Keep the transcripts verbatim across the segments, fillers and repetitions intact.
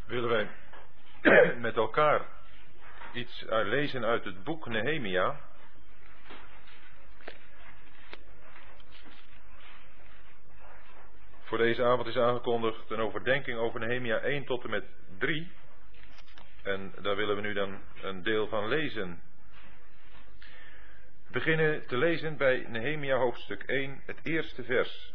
Willen wij met elkaar iets lezen uit het boek Nehemia. Voor deze avond is aangekondigd een overdenking over Nehemia één tot en met drie. En daar willen we nu dan een deel van lezen. We beginnen te lezen bij Nehemia hoofdstuk één, het eerste vers.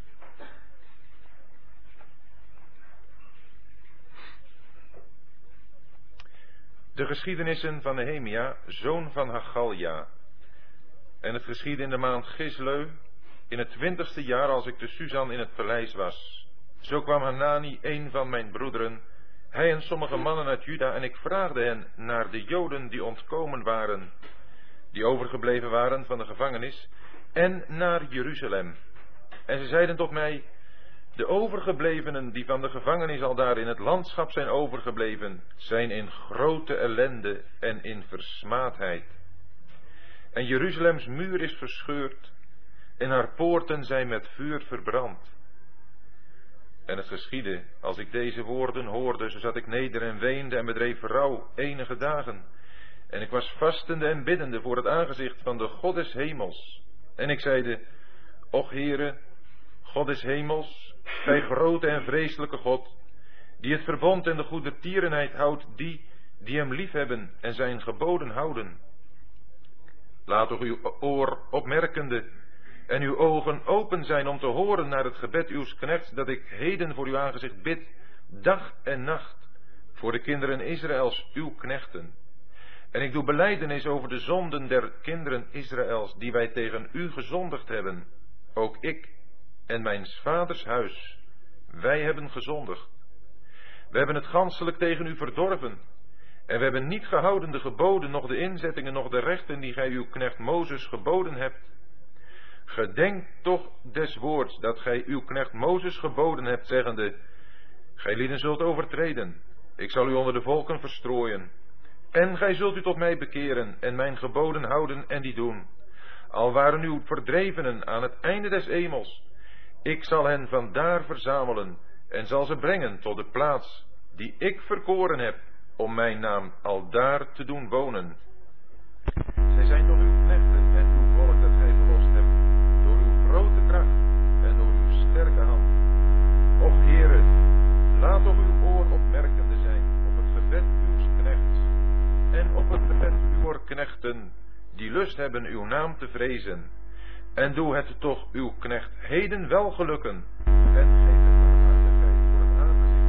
De geschiedenissen van Nehemia, zoon van Hagalja. En het geschiedde in de maand Gisleu, in het twintigste jaar als ik te Susan in het paleis was. Zo kwam Hanani, een van mijn broederen, hij en sommige mannen uit Juda, en ik vraagde hen naar de Joden die ontkomen waren, die overgebleven waren van de gevangenis, en naar Jeruzalem. En ze zeiden tot mij: de overgeblevenen die van de gevangenis al daar in het landschap zijn overgebleven, zijn in grote ellende en in versmaadheid. En Jeruzalems muur is verscheurd en haar poorten zijn met vuur verbrand. En het geschiedde, als ik deze woorden hoorde, zo zat ik neder en weende en bedreef rouw enige dagen. En ik was vastende en biddende voor het aangezicht van de God des hemels. En ik zeide: Och Heere, God des hemels, gij grote en vreselijke God, die het verbond en de goedertierenheid houdt, die, die hem liefhebben en zijn geboden houden. Laat toch uw oor opmerkende en uw ogen open zijn om te horen naar het gebed uws knechts, dat ik heden voor uw aangezicht bid, dag en nacht, voor de kinderen Israëls, uw knechten. En ik doe belijdenis over de zonden der kinderen Israëls, die wij tegen u gezondigd hebben, ook ik en mijns vaders huis, wij hebben gezondigd. We hebben het ganselijk tegen u verdorven, en we hebben niet gehouden de geboden, nog de inzettingen, nog de rechten die gij uw knecht Mozes geboden hebt. Gedenk toch des woords dat gij uw knecht Mozes geboden hebt, zeggende: gij lieden zult overtreden, ik zal u onder de volken verstrooien. En gij zult u tot mij bekeren en mijn geboden houden en die doen. Al waren uw verdrevenen aan het einde des hemels, ik zal hen vandaar verzamelen en zal ze brengen tot de plaats die ik verkoren heb om mijn naam aldaar te doen wonen. Zij zijn toch uw knechten en uw volk dat gij verlost hebt, door uw grote kracht en door uw sterke hand. Och Heere, laat toch uw oor opmerkende zijn op het gebed uws knechts en op het gebed uwer knechten, die lust hebben uw naam te vrezen. En doe het toch uw knecht heden wel gelukken, en geef het barmhartigheid voor het aangezicht.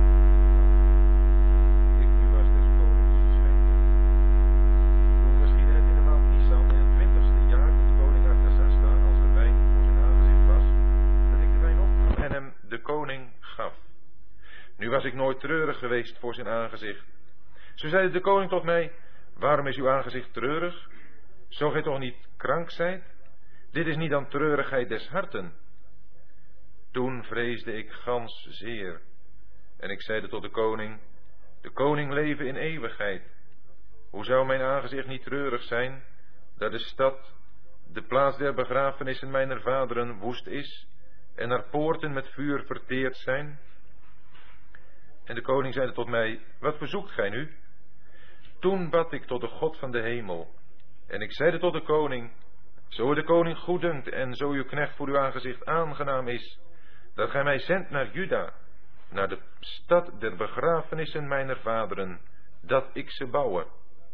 Ik u was des konings geschenken. Toen geschiedde het in de maand Nisan, in het twintigste jaar, dat koning Artasasta, als de wijn voor zijn aangezicht was, dat ik de wijn opnam en hem de koning gaf. Nu was ik nooit treurig geweest voor zijn aangezicht. Zo zeide de koning tot mij: waarom is uw aangezicht treurig? Zo gij toch niet krank zijt? Dit is niet dan treurigheid des harten. Toen vreesde ik gans zeer. En ik zeide tot de koning: de koning leven in eeuwigheid. Hoe zou mijn aangezicht niet treurig zijn, dat de stad, de plaats der begrafenissen mijner vaderen, woest is, en haar poorten met vuur verteerd zijn? En de koning zeide tot mij: wat verzoekt gij nu? Toen bad ik tot de God van de hemel. En ik zeide tot de koning: zo de koning goeddunkt en zo uw knecht voor uw aangezicht aangenaam is, dat gij mij zendt naar Juda, naar de stad der begrafenissen mijner vaderen, dat ik ze bouwe.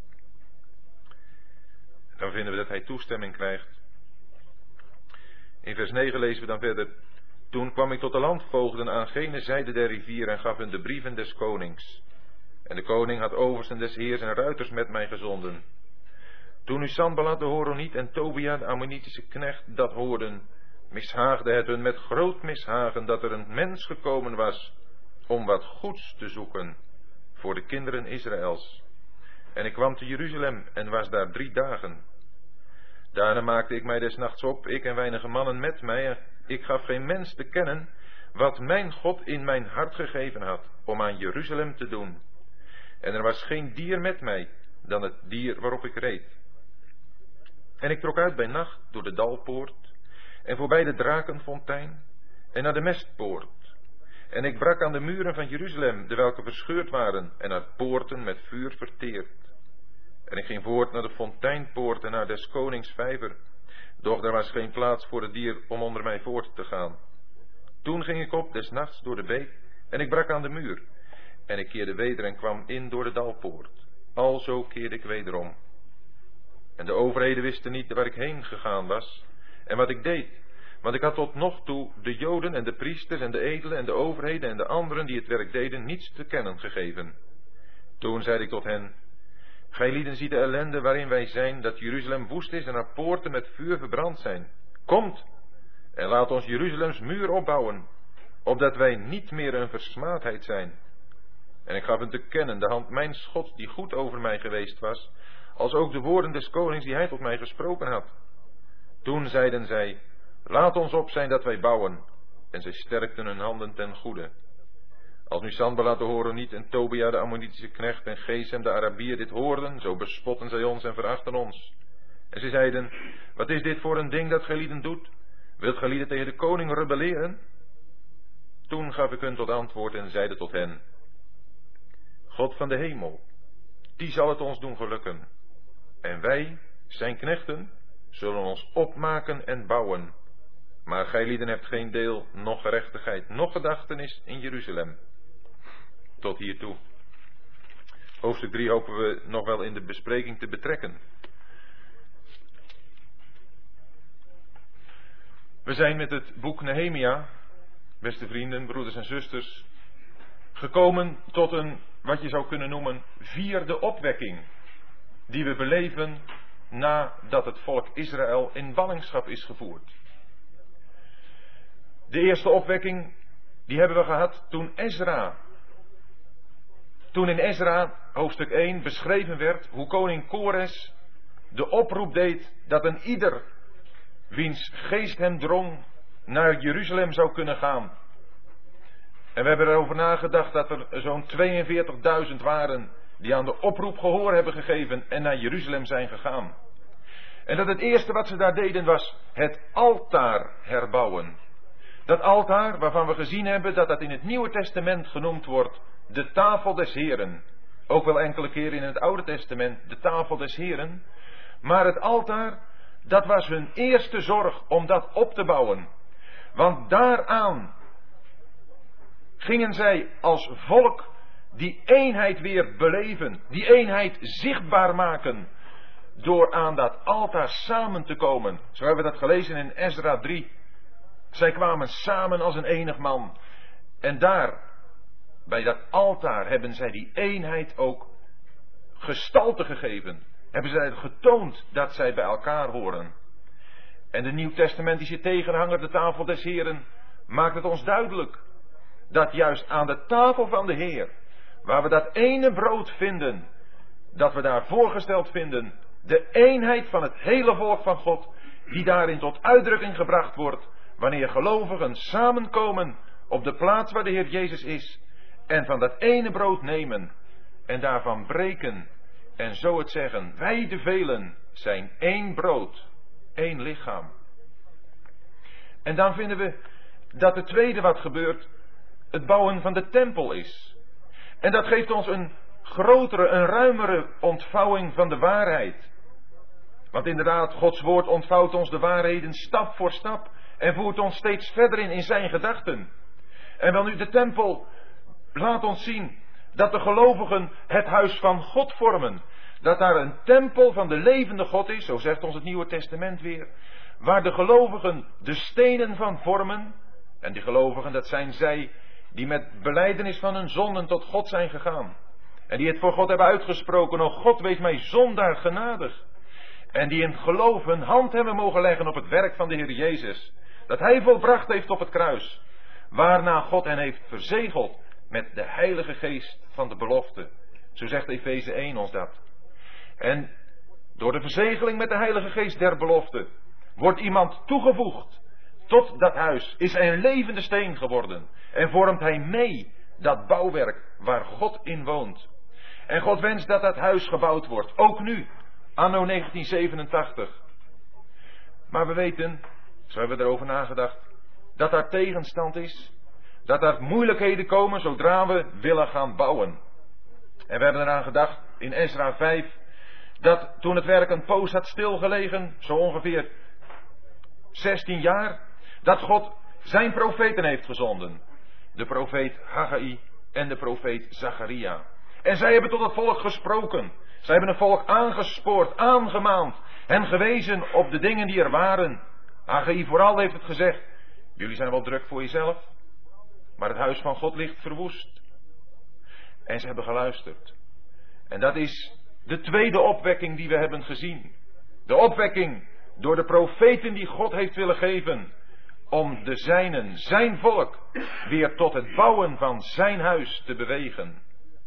Dan vinden we dat hij toestemming krijgt. In vers negen lezen we dan verder: toen kwam ik tot de landvoogden aan gene zijde der rivier en gaf hun de brieven des konings. En de koning had oversten des heers en ruiters met mij gezonden. Toen nu Sanballat de Horoniet en Tobia de Ammonitische knecht dat hoorden, mishaagde het hun met groot mishagen dat er een mens gekomen was om wat goeds te zoeken voor de kinderen Israëls. En ik kwam te Jeruzalem en was daar drie dagen. Daarna maakte ik mij des nachts op, ik en weinige mannen met mij. Ik gaf geen mens te kennen wat mijn God in mijn hart gegeven had om aan Jeruzalem te doen. En er was geen dier met mij dan het dier waarop ik reed. En ik trok uit bij nacht door de Dalpoort en voorbij de Drakenfontein en naar de Mestpoort. En ik brak aan de muren van Jeruzalem, de welke verscheurd waren, en haar poorten met vuur verteerd. En ik ging voort naar de fonteinpoort en naar des konings vijver. Doch er was geen plaats voor het dier om onder mij voort te gaan. Toen ging ik op des nachts door de beek, en ik brak aan de muur. En ik keerde weder en kwam in door de dalpoort. Alzo keerde ik wederom. En de overheden wisten niet waar ik heen gegaan was, en wat ik deed. Want ik had tot nog toe de Joden en de priesters en de edelen en de overheden en de anderen die het werk deden niets te kennen gegeven. Toen zei ik tot hen: Gij lieden ziet de ellende waarin wij zijn, dat Jeruzalem woest is en haar poorten met vuur verbrand zijn. Komt en laat ons Jeruzalems muur opbouwen, opdat wij niet meer een versmaadheid zijn. En ik gaf hen te kennen de hand mijns Gods die goed over mij geweest was, als ook de woorden des konings die hij tot mij gesproken had. Toen zeiden zij: Laat ons op zijn dat wij bouwen. En zij sterkten hun handen ten goede. Als nu Sanballat de Horoniet en Tobia de Ammonitische knecht en Gesem de Arabier dit hoorden, zo bespotten zij ons en verachten ons. En zij zeiden: Wat is dit voor een ding dat gij lieden doet? Wilt gij lieden tegen de koning rebelleren? Toen gaf ik hun tot antwoord en zeide tot hen: God van de hemel, die zal het ons doen gelukken. En wij, zijn knechten, zullen ons opmaken en bouwen. Maar gij lieden hebt geen deel, noch gerechtigheid, noch gedachtenis in Jeruzalem. Tot hiertoe. Hoofdstuk drie hopen we nog wel in de bespreking te betrekken. We zijn met het boek Nehemia, beste vrienden, broeders en zusters, gekomen tot een, wat je zou kunnen noemen, vierde opwekking, die we beleven nadat het volk Israël in ballingschap is gevoerd. De eerste opwekking, die hebben we gehad toen Ezra, toen in Ezra, hoofdstuk één, beschreven werd hoe koning Kores de oproep deed dat een ieder, wiens geest hem drong, naar Jeruzalem zou kunnen gaan. En we hebben erover nagedacht dat er zo'n tweeënveertigduizend waren die aan de oproep gehoor hebben gegeven en naar Jeruzalem zijn gegaan. En dat het eerste wat ze daar deden was het altaar herbouwen. Dat altaar waarvan we gezien hebben dat dat in het Nieuwe Testament genoemd wordt de tafel des Heren. Ook wel enkele keren in het Oude Testament de tafel des Heren. Maar het altaar, dat was hun eerste zorg om dat op te bouwen. Want daaraan gingen zij als volk die eenheid weer beleven, die eenheid zichtbaar maken, door aan dat altaar samen te komen. Zo hebben we dat gelezen in Ezra drie. Zij kwamen samen als een enig man. En daar, bij dat altaar, hebben zij die eenheid ook gestalte gegeven. Hebben zij getoond dat zij bij elkaar horen. En de Nieuwtestamentische tegenhanger, de tafel des Heren, maakt het ons duidelijk dat juist aan de tafel van de Heer, waar we dat ene brood vinden, dat we daar voorgesteld vinden, de eenheid van het hele volk van God, die daarin tot uitdrukking gebracht wordt, wanneer gelovigen samenkomen op de plaats waar de Heer Jezus is, en van dat ene brood nemen, en daarvan breken, en zo het zeggen: wij de velen zijn één brood, één lichaam. En dan vinden we dat het tweede wat gebeurt, het bouwen van de tempel is. En dat geeft ons een grotere, een ruimere ontvouwing van de waarheid. Want inderdaad, Gods woord ontvouwt ons de waarheden stap voor stap en voert ons steeds verder in in zijn gedachten. En wel nu, de tempel laat ons zien dat de gelovigen het huis van God vormen. Dat daar een tempel van de levende God is, zo zegt ons het Nieuwe Testament weer, waar de gelovigen de stenen van vormen. En die gelovigen, dat zijn zij die met belijdenis van hun zonden tot God zijn gegaan. En die het voor God hebben uitgesproken: o God, wees mij zondaar genadig. En die in geloof hun hand hebben mogen leggen op het werk van de Heer Jezus, dat Hij volbracht heeft op het kruis. Waarna God hen heeft verzegeld met de Heilige Geest van de belofte. Zo zegt Efeze één ons dat. En door de verzegeling met de Heilige Geest der belofte wordt iemand toegevoegd tot dat huis. Is hij een levende steen geworden. En vormt hij mee dat bouwwerk waar God in woont. En God wenst dat dat huis gebouwd wordt. Ook nu, anno negentien zevenentachtig. Maar we weten, zo hebben we erover nagedacht, dat daar tegenstand is. dat er moeilijkheden komen zodra we willen gaan bouwen. En we hebben eraan gedacht in Ezra vijf, dat toen het werk een poos had stilgelegen, zo ongeveer zestien jaar, dat God zijn profeten heeft gezonden. De profeet Haggai en de profeet Zacharia. En zij hebben tot het volk gesproken. Zij hebben het volk aangespoord, aangemaand, hen gewezen op de dingen die er waren. Haggai vooral heeft het gezegd, jullie zijn wel druk voor jezelf, maar het huis van God ligt verwoest. En ze hebben geluisterd. En dat is de tweede opwekking die we hebben gezien. De opwekking door de profeten die God heeft willen geven, om de zijnen, zijn volk, weer tot het bouwen van zijn huis te bewegen.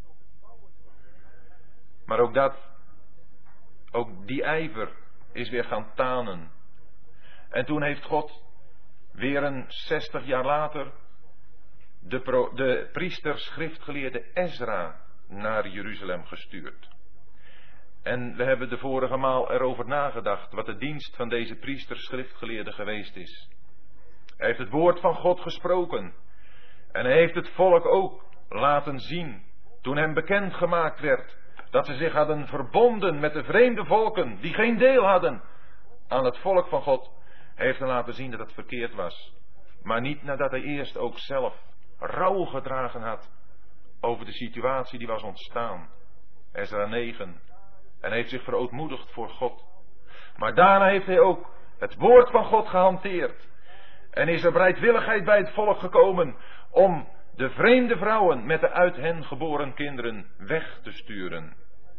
Maar ook dat, ook die ijver is weer gaan tanen. En toen heeft God weer een zestig jaar later de, pro, de priester schriftgeleerde Ezra naar Jeruzalem gestuurd. En we hebben de vorige maal erover nagedacht wat de dienst van deze priester schriftgeleerde geweest is. Hij heeft het woord van God gesproken. En hij heeft het volk ook laten zien, toen hem bekendgemaakt werd, dat ze zich hadden verbonden met de vreemde volken, die geen deel hadden aan het volk van God. Hij heeft hem laten zien dat het verkeerd was. Maar niet nadat hij eerst ook zelf rouw gedragen had over de situatie die was ontstaan. Ezra negen. En heeft zich verootmoedigd voor God. Maar daarna heeft hij ook het woord van God gehanteerd. En is er bereidwilligheid bij het volk gekomen om de vreemde vrouwen met de uit hen geboren kinderen weg te sturen.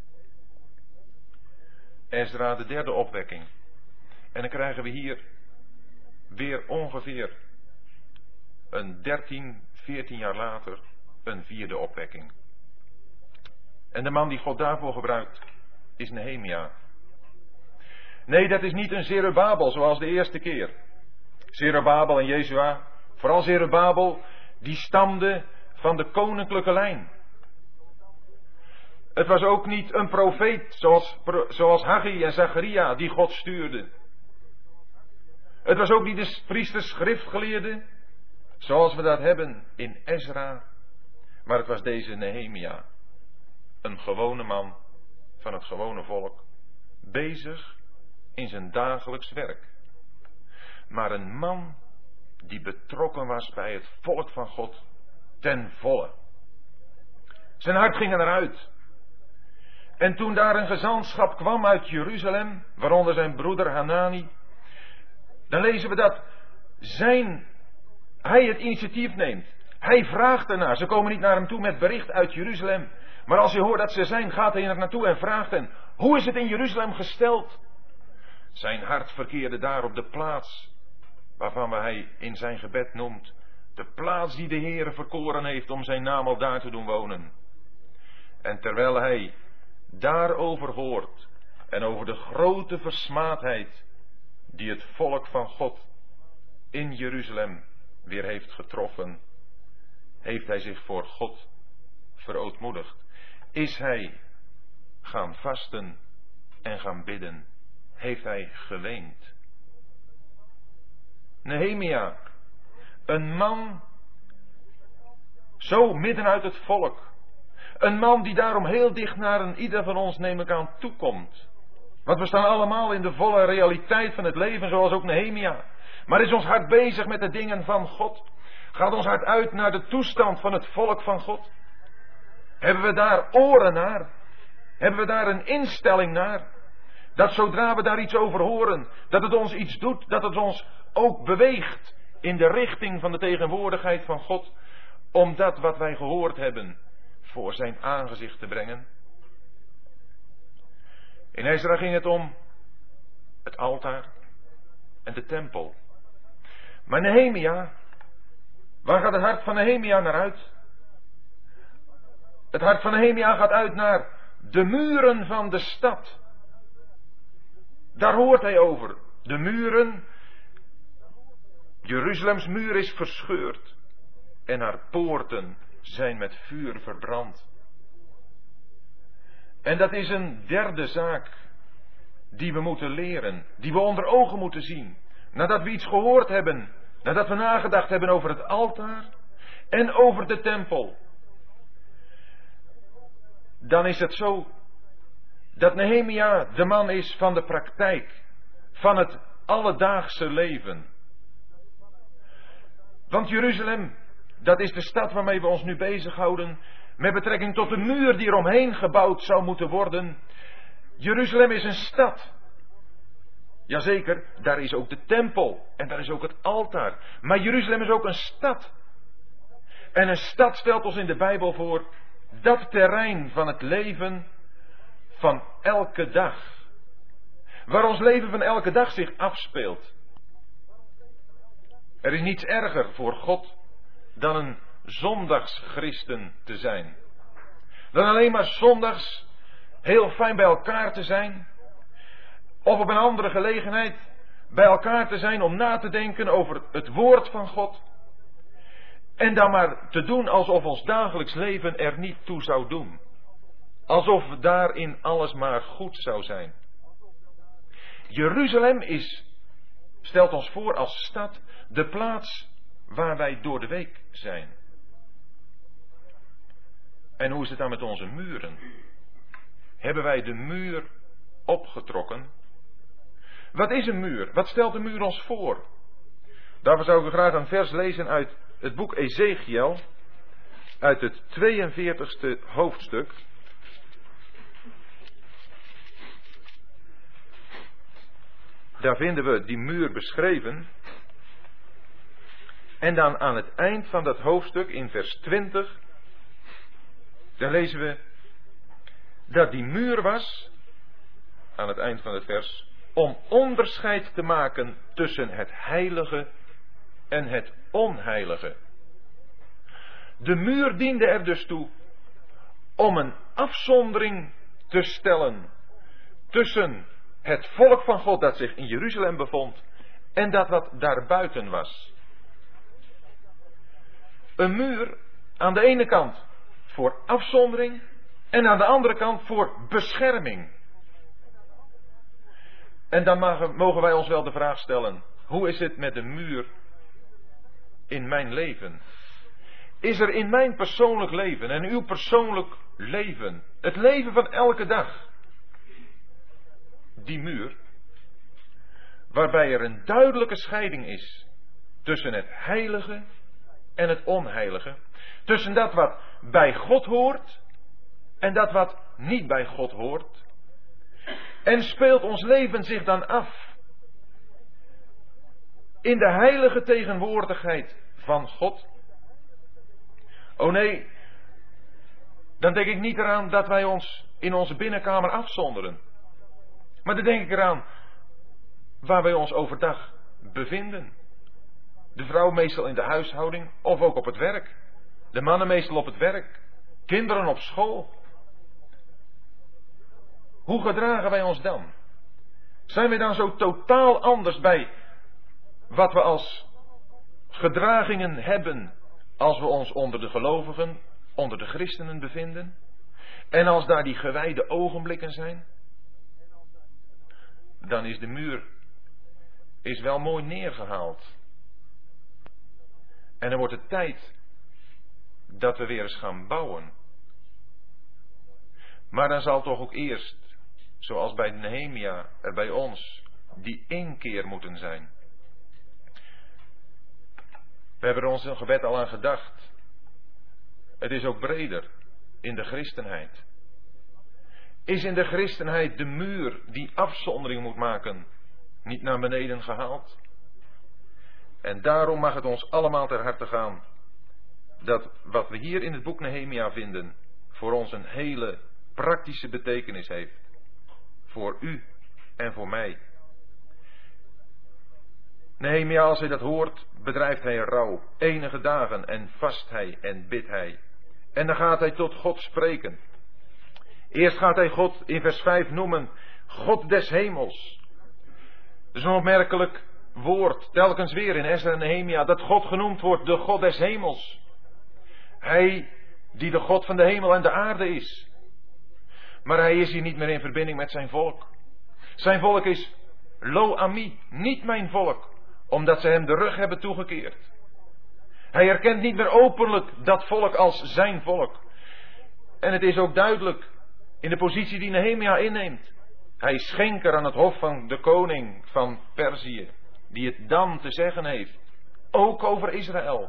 Ezra, de derde opwekking. En dan krijgen we hier weer ongeveer een dertien, veertien jaar later een vierde opwekking. En de man die God daarvoor gebruikt is Nehemia. Nee, dat is niet een Zerubabel zoals de eerste keer. Zerubabel en Jezua, vooral Zerubabel, die stamde van de koninklijke lijn. Het was ook niet een profeet zoals, zoals Haggai en Zacharia die God stuurde. Het was ook niet de priesters schriftgeleerde zoals we dat hebben in Ezra. Maar het was deze Nehemia. Een gewone man van het gewone volk. Bezig in zijn dagelijks werk. Maar een man die betrokken was bij het volk van God ten volle. Zijn hart ging eruit. En toen daar een gezantschap kwam uit Jeruzalem, waaronder zijn broeder Hanani, dan lezen we dat zijn, hij het initiatief neemt. Hij vraagt ernaar. Ze komen niet naar hem toe met bericht uit Jeruzalem. Maar als hij hoort dat ze zijn, gaat hij er naartoe en vraagt hen, hoe is het in Jeruzalem gesteld? Zijn hart verkeerde daar op de plaats waarvan hij in zijn gebed noemt. De plaats die de Heere verkoren heeft om zijn naam al daar te doen wonen. En terwijl hij daarover hoort en over de grote versmaadheid die het volk van God in Jeruzalem weer heeft getroffen, heeft hij zich voor God verootmoedigd. Is hij gaan vasten en gaan bidden. Heeft hij geweend. Nehemia, een man zo midden uit het volk. Een man die daarom heel dicht naar een ieder van ons, neem ik aan, toekomt. Want we staan allemaal in de volle realiteit van het leven, zoals ook Nehemia. Maar is ons hart bezig met de dingen van God? Gaat ons hart uit naar de toestand van het volk van God? Hebben we daar oren naar? Hebben we daar een instelling naar? Dat zodra we daar iets over horen, dat het ons iets doet, dat het ons ook beweegt in de richting van de tegenwoordigheid van God, om dat wat wij gehoord hebben voor zijn aangezicht te brengen. In Ezra ging het om het altaar en de tempel. Maar Nehemia, waar gaat het hart van Nehemia naar uit? Het hart van Nehemia gaat uit naar de muren van de stad. Daar hoort hij over. De muren. Jeruzalems muur is verscheurd. En haar poorten zijn met vuur verbrand. En dat is een derde zaak die we moeten leren. Die we onder ogen moeten zien. Nadat we iets gehoord hebben. Nadat we nagedacht hebben over het altaar. en over de tempel. Dan is het zo dat Nehemia de man is van de praktijk, van het alledaagse leven. Want Jeruzalem, dat is de stad waarmee we ons nu bezighouden, met betrekking tot de muur die eromheen gebouwd zou moeten worden. Jeruzalem is een stad. Jazeker, daar is ook de tempel en daar is ook het altaar. Maar Jeruzalem is ook een stad. En een stad stelt ons in de Bijbel voor dat terrein van het leven van elke dag. Waar ons leven van elke dag zich afspeelt. Er is niets erger voor God dan een zondagschristen te zijn. Dan alleen maar zondags heel fijn bij elkaar te zijn. Of op een andere gelegenheid bij elkaar te zijn om na te denken over het woord van God. En dan maar te doen alsof ons dagelijks leven er niet toe zou doen. Alsof daarin alles maar goed zou zijn. Jeruzalem is, stelt ons voor als stad, de plaats waar wij door de week zijn. En hoe is het dan met onze muren? Hebben wij de muur opgetrokken? Wat is een muur? Wat stelt de muur ons voor? Daarvoor zou ik graag een vers lezen uit het boek Ezechiel, uit het tweeënveertigste hoofdstuk. Daar vinden we die muur beschreven. En dan aan het eind van dat hoofdstuk, in vers twintig, daar lezen we dat die muur was, aan het eind van het vers, om onderscheid te maken tussen het heilige en het onheilige. De muur diende er dus toe om een afzondering te stellen tussen het volk van God dat zich in Jeruzalem bevond en dat wat daarbuiten was. Een muur aan de ene kant voor afzondering en aan de andere kant voor bescherming. En dan mogen wij ons wel de vraag stellen, hoe is het met de muur in mijn leven? Is er in mijn persoonlijk leven en uw persoonlijk leven, het leven van elke dag, die muur, waarbij er een duidelijke scheiding is tussen het heilige en het onheilige, tussen dat wat bij God hoort en dat wat niet bij God hoort? En speelt ons leven zich dan af in de heilige tegenwoordigheid van God? Oh nee, dan denk ik niet eraan dat wij ons in onze binnenkamer afzonderen. Maar dan denk ik eraan waar wij ons overdag bevinden. De vrouw meestal in de huishouding of ook op het werk. De mannen meestal op het werk. Kinderen op school. Hoe gedragen wij ons dan? Zijn we dan zo totaal anders bij wat we als gedragingen hebben als we ons onder de gelovigen, onder de christenen bevinden? En als daar die gewijde ogenblikken zijn? Dan is de muur is wel mooi neergehaald. En dan wordt het tijd dat we weer eens gaan bouwen. Maar dan zal toch ook eerst, zoals bij Nehemia er bij ons, die inkeer moeten zijn. We hebben er ons in gebed al aan gedacht. Het is ook breder in de christenheid. Is in de christenheid de muur die afzondering moet maken niet naar beneden gehaald? En daarom mag het ons allemaal ter harte gaan dat wat we hier in het boek Nehemia vinden voor ons een hele praktische betekenis heeft. Voor u en voor mij. Nehemia, als hij dat hoort, bedrijft hij rouw. Enige dagen en vast hij en bidt hij. En dan gaat hij tot God spreken. Eerst gaat hij God in vers vijf noemen God des hemels. Dat is een opmerkelijk woord, telkens weer in Esra en Nehemia, dat God genoemd wordt de God des hemels. Hij die de God van de hemel en de aarde is. Maar hij is hier niet meer in verbinding met zijn volk. Zijn volk is lo ami, niet mijn volk, omdat ze hem de rug hebben toegekeerd. Hij erkent niet meer openlijk dat volk als zijn volk. En het is ook duidelijk in de positie die Nehemia inneemt. Hij is schenker aan het hof van de koning van Perzië, die het dan te zeggen heeft, ook over Israël.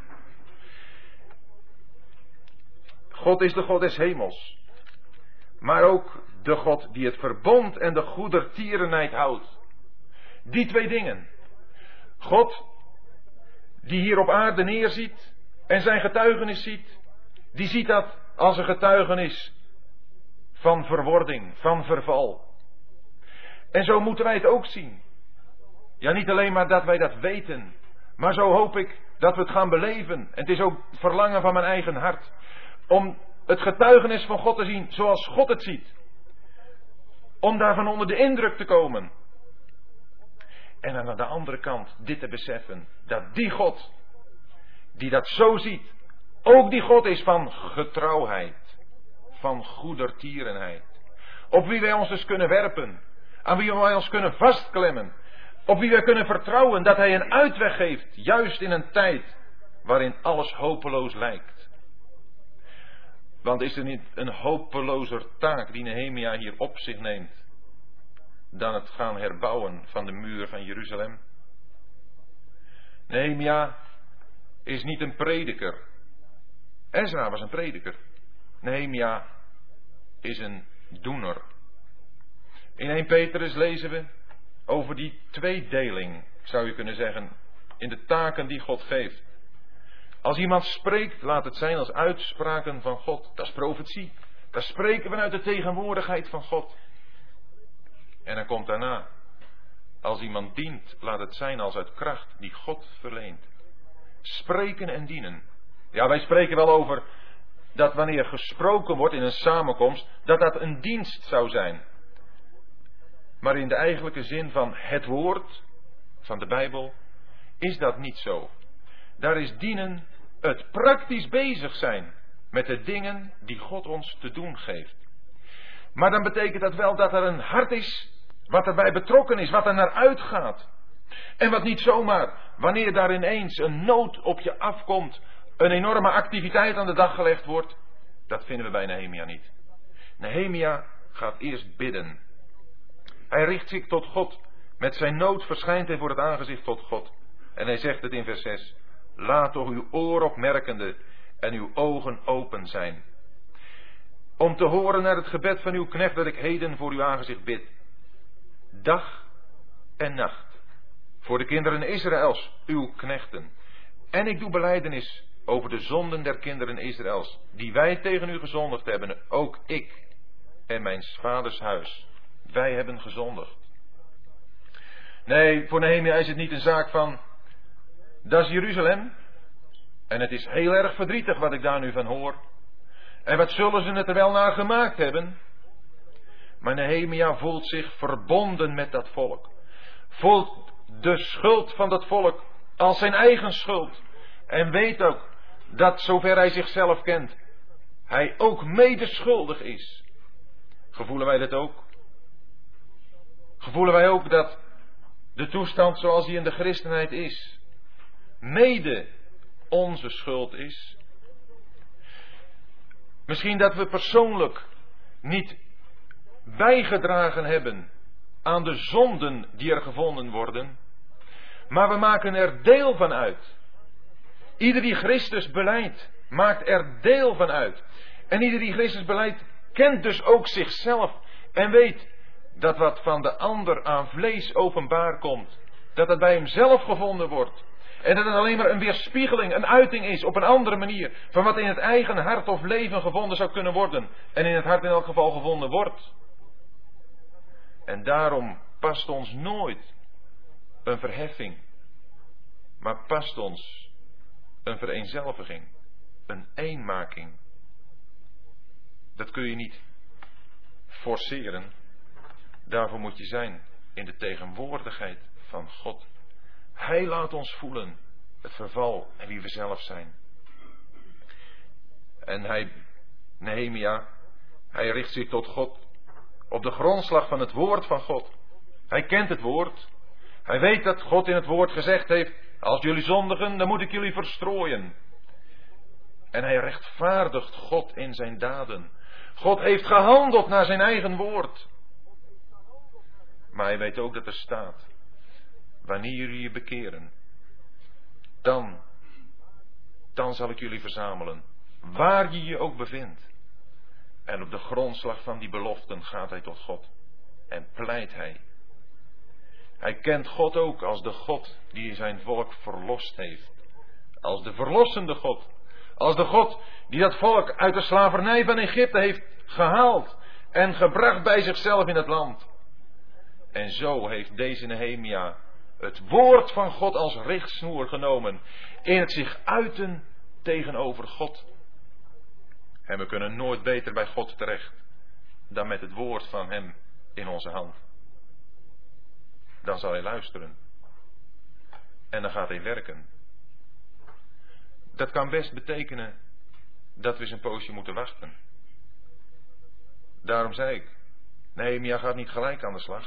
God is de God des hemels, maar ook de God die het verbond en de goedertierenheid houdt. Die twee dingen. God die hier op aarde neerziet en zijn getuigenis ziet, die ziet dat als een getuigenis van verwording, van verval. En zo moeten wij het ook zien. Ja, niet alleen maar dat wij dat weten, maar zo hoop ik dat we het gaan beleven. En het is ook het verlangen van mijn eigen hart om het getuigenis van God te zien zoals God het ziet. Om daarvan onder de indruk te komen. En aan de andere kant dit te beseffen, dat die God, die dat zo ziet, ook die God is van getrouwheid, van goedertierenheid. Op wie wij ons dus kunnen werpen, aan wie wij ons kunnen vastklemmen, op wie wij kunnen vertrouwen dat Hij een uitweg geeft, juist in een tijd waarin alles hopeloos lijkt. Want is er niet een hopelozer taak die Nehemia hier op zich neemt dan het gaan herbouwen van de muur van Jeruzalem? Nehemia is niet een prediker. Ezra was een prediker. Nehemia is een doener. In Eerste Petrus lezen we over die tweedeling, zou je kunnen zeggen, in de taken die God geeft. Als iemand spreekt, laat het zijn als uitspraken van God. Dat is profetie. Dat spreken we vanuit de tegenwoordigheid van God. En dan komt daarna, als iemand dient, laat het zijn als uit kracht die God verleent. Spreken en dienen. Ja, wij spreken wel over dat wanneer gesproken wordt in een samenkomst, dat dat een dienst zou zijn. Maar in de eigenlijke zin van het woord van de Bijbel is dat niet zo. Daar is dienen het praktisch bezig zijn met de dingen die God ons te doen geeft. Maar dan betekent dat wel dat er een hart is wat erbij betrokken is, wat er naar uitgaat. En wat niet zomaar, wanneer daar ineens een nood op je afkomt, een enorme activiteit aan de dag gelegd wordt. Dat vinden we bij Nehemia niet. Nehemia gaat eerst bidden. Hij richt zich tot God. Met zijn nood verschijnt hij voor het aangezicht tot God. En hij zegt het in vers zes. Laat toch uw oor opmerkende en uw ogen open zijn. Om te horen naar het gebed van uw knecht dat ik heden voor uw aangezicht bid. Dag en nacht. Voor de kinderen Israëls, uw knechten. En ik doe belijdenis over de zonden der kinderen Israëls, die wij tegen u gezondigd hebben, ook ik en mijn vaders huis. Wij hebben gezondigd. Nee, voor Nehemia is het niet een zaak van, dat is Jeruzalem. En het is heel erg verdrietig wat ik daar nu van hoor. En wat zullen ze het er wel naar gemaakt hebben? Maar Nehemia voelt zich verbonden met dat volk. Voelt de schuld van dat volk als zijn eigen schuld. En weet ook dat, zover hij zichzelf kent, hij ook medeschuldig is. Gevoelen wij dat ook? Gevoelen wij ook dat de toestand zoals die in de christenheid is, mede onze schuld is? Misschien dat we persoonlijk niet bijgedragen hebben aan de zonden die er gevonden worden, maar we maken er deel van uit. Ieder die Christus belijdt, maakt er deel van uit. En ieder die Christus belijdt, kent dus ook zichzelf en weet dat wat van de ander aan vlees openbaar komt, dat het bij hemzelf gevonden wordt. En dat het alleen maar een weerspiegeling, een uiting is op een andere manier van wat in het eigen hart of leven gevonden zou kunnen worden. En in het hart in elk geval gevonden wordt. En daarom past ons nooit een verheffing, maar past ons een vereenzelviging, een eenmaking. Dat kun je niet forceren. Daarvoor moet je zijn in de tegenwoordigheid van God. Hij laat ons voelen het verval en wie we zelf zijn. En hij, Nehemia, hij richt zich tot God op de grondslag van het woord van God. Hij kent het woord. Hij weet dat God in het woord gezegd heeft, Als jullie zondigen, dan moet ik jullie verstrooien. En hij rechtvaardigt God in zijn daden. God heeft gehandeld naar zijn eigen woord. Maar hij weet ook dat er staat: wanneer jullie je bekeren, dan, dan zal ik jullie verzamelen, waar je je ook bevindt. En op de grondslag van die beloften gaat hij tot God en pleit hij. Hij kent God ook als de God die zijn volk verlost heeft. Als de verlossende God. Als de God die dat volk uit de slavernij van Egypte heeft gehaald en gebracht bij zichzelf in het land. En zo heeft deze Nehemia het woord van God als richtsnoer genomen in het zich uiten tegenover God. En we kunnen nooit beter bij God terecht dan met het woord van hem in onze hand. Dan zal hij luisteren. En dan gaat hij werken. Dat kan best betekenen dat we eens een poosje moeten wachten. Daarom zei ik, Nehemia gaat niet gelijk aan de slag.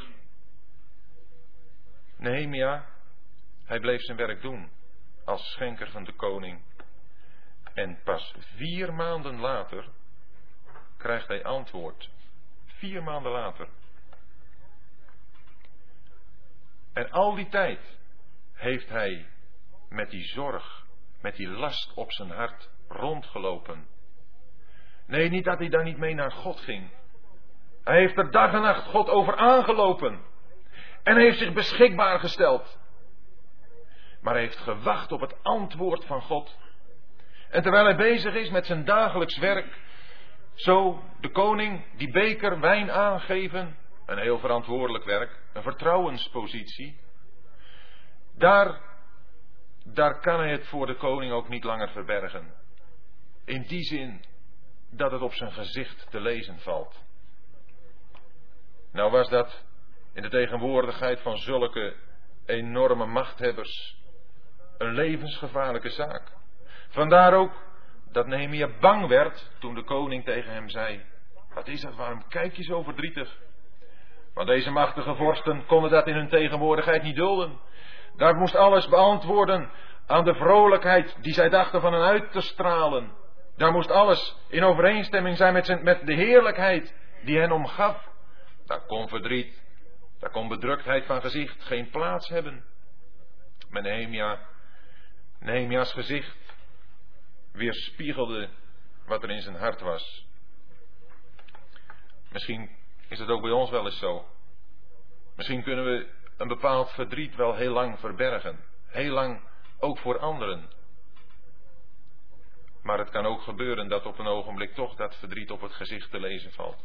Nehemia, hij bleef zijn werk doen als schenker van de koning. En pas vier maanden later krijgt hij antwoord. Vier maanden later. En al die tijd heeft hij met die zorg, met die last op zijn hart rondgelopen. Nee, niet dat hij daar niet mee naar God ging. Hij heeft er dag en nacht God over aangelopen. En hij heeft zich beschikbaar gesteld. Maar hij heeft gewacht op het antwoord van God. En terwijl hij bezig is met zijn dagelijks werk, zo de koning die beker wijn aangeven, een heel verantwoordelijk werk, een vertrouwenspositie. Daar, daar kan hij het voor de koning ook niet langer verbergen. In die zin dat het op zijn gezicht te lezen valt. Nou was dat in de tegenwoordigheid van zulke enorme machthebbers een levensgevaarlijke zaak. Vandaar ook dat Nehemia bang werd toen de koning tegen hem zei: wat is dat, waarom kijk je zo verdrietig? Want deze machtige vorsten konden dat in hun tegenwoordigheid niet dulden. Daar moest alles beantwoorden aan de vrolijkheid die zij dachten van hen uit te stralen. Daar moest alles in overeenstemming zijn met, zijn, met de heerlijkheid die hen omgaf. Daar kon verdriet, daar kon bedruktheid van gezicht geen plaats hebben. Maar Nehemia, Nehemia's gezicht weerspiegelde wat er in zijn hart was. Misschien is het ook bij ons wel eens zo. Misschien kunnen we een bepaald verdriet wel heel lang verbergen. Heel lang ook voor anderen. Maar het kan ook gebeuren dat op een ogenblik toch dat verdriet op het gezicht te lezen valt.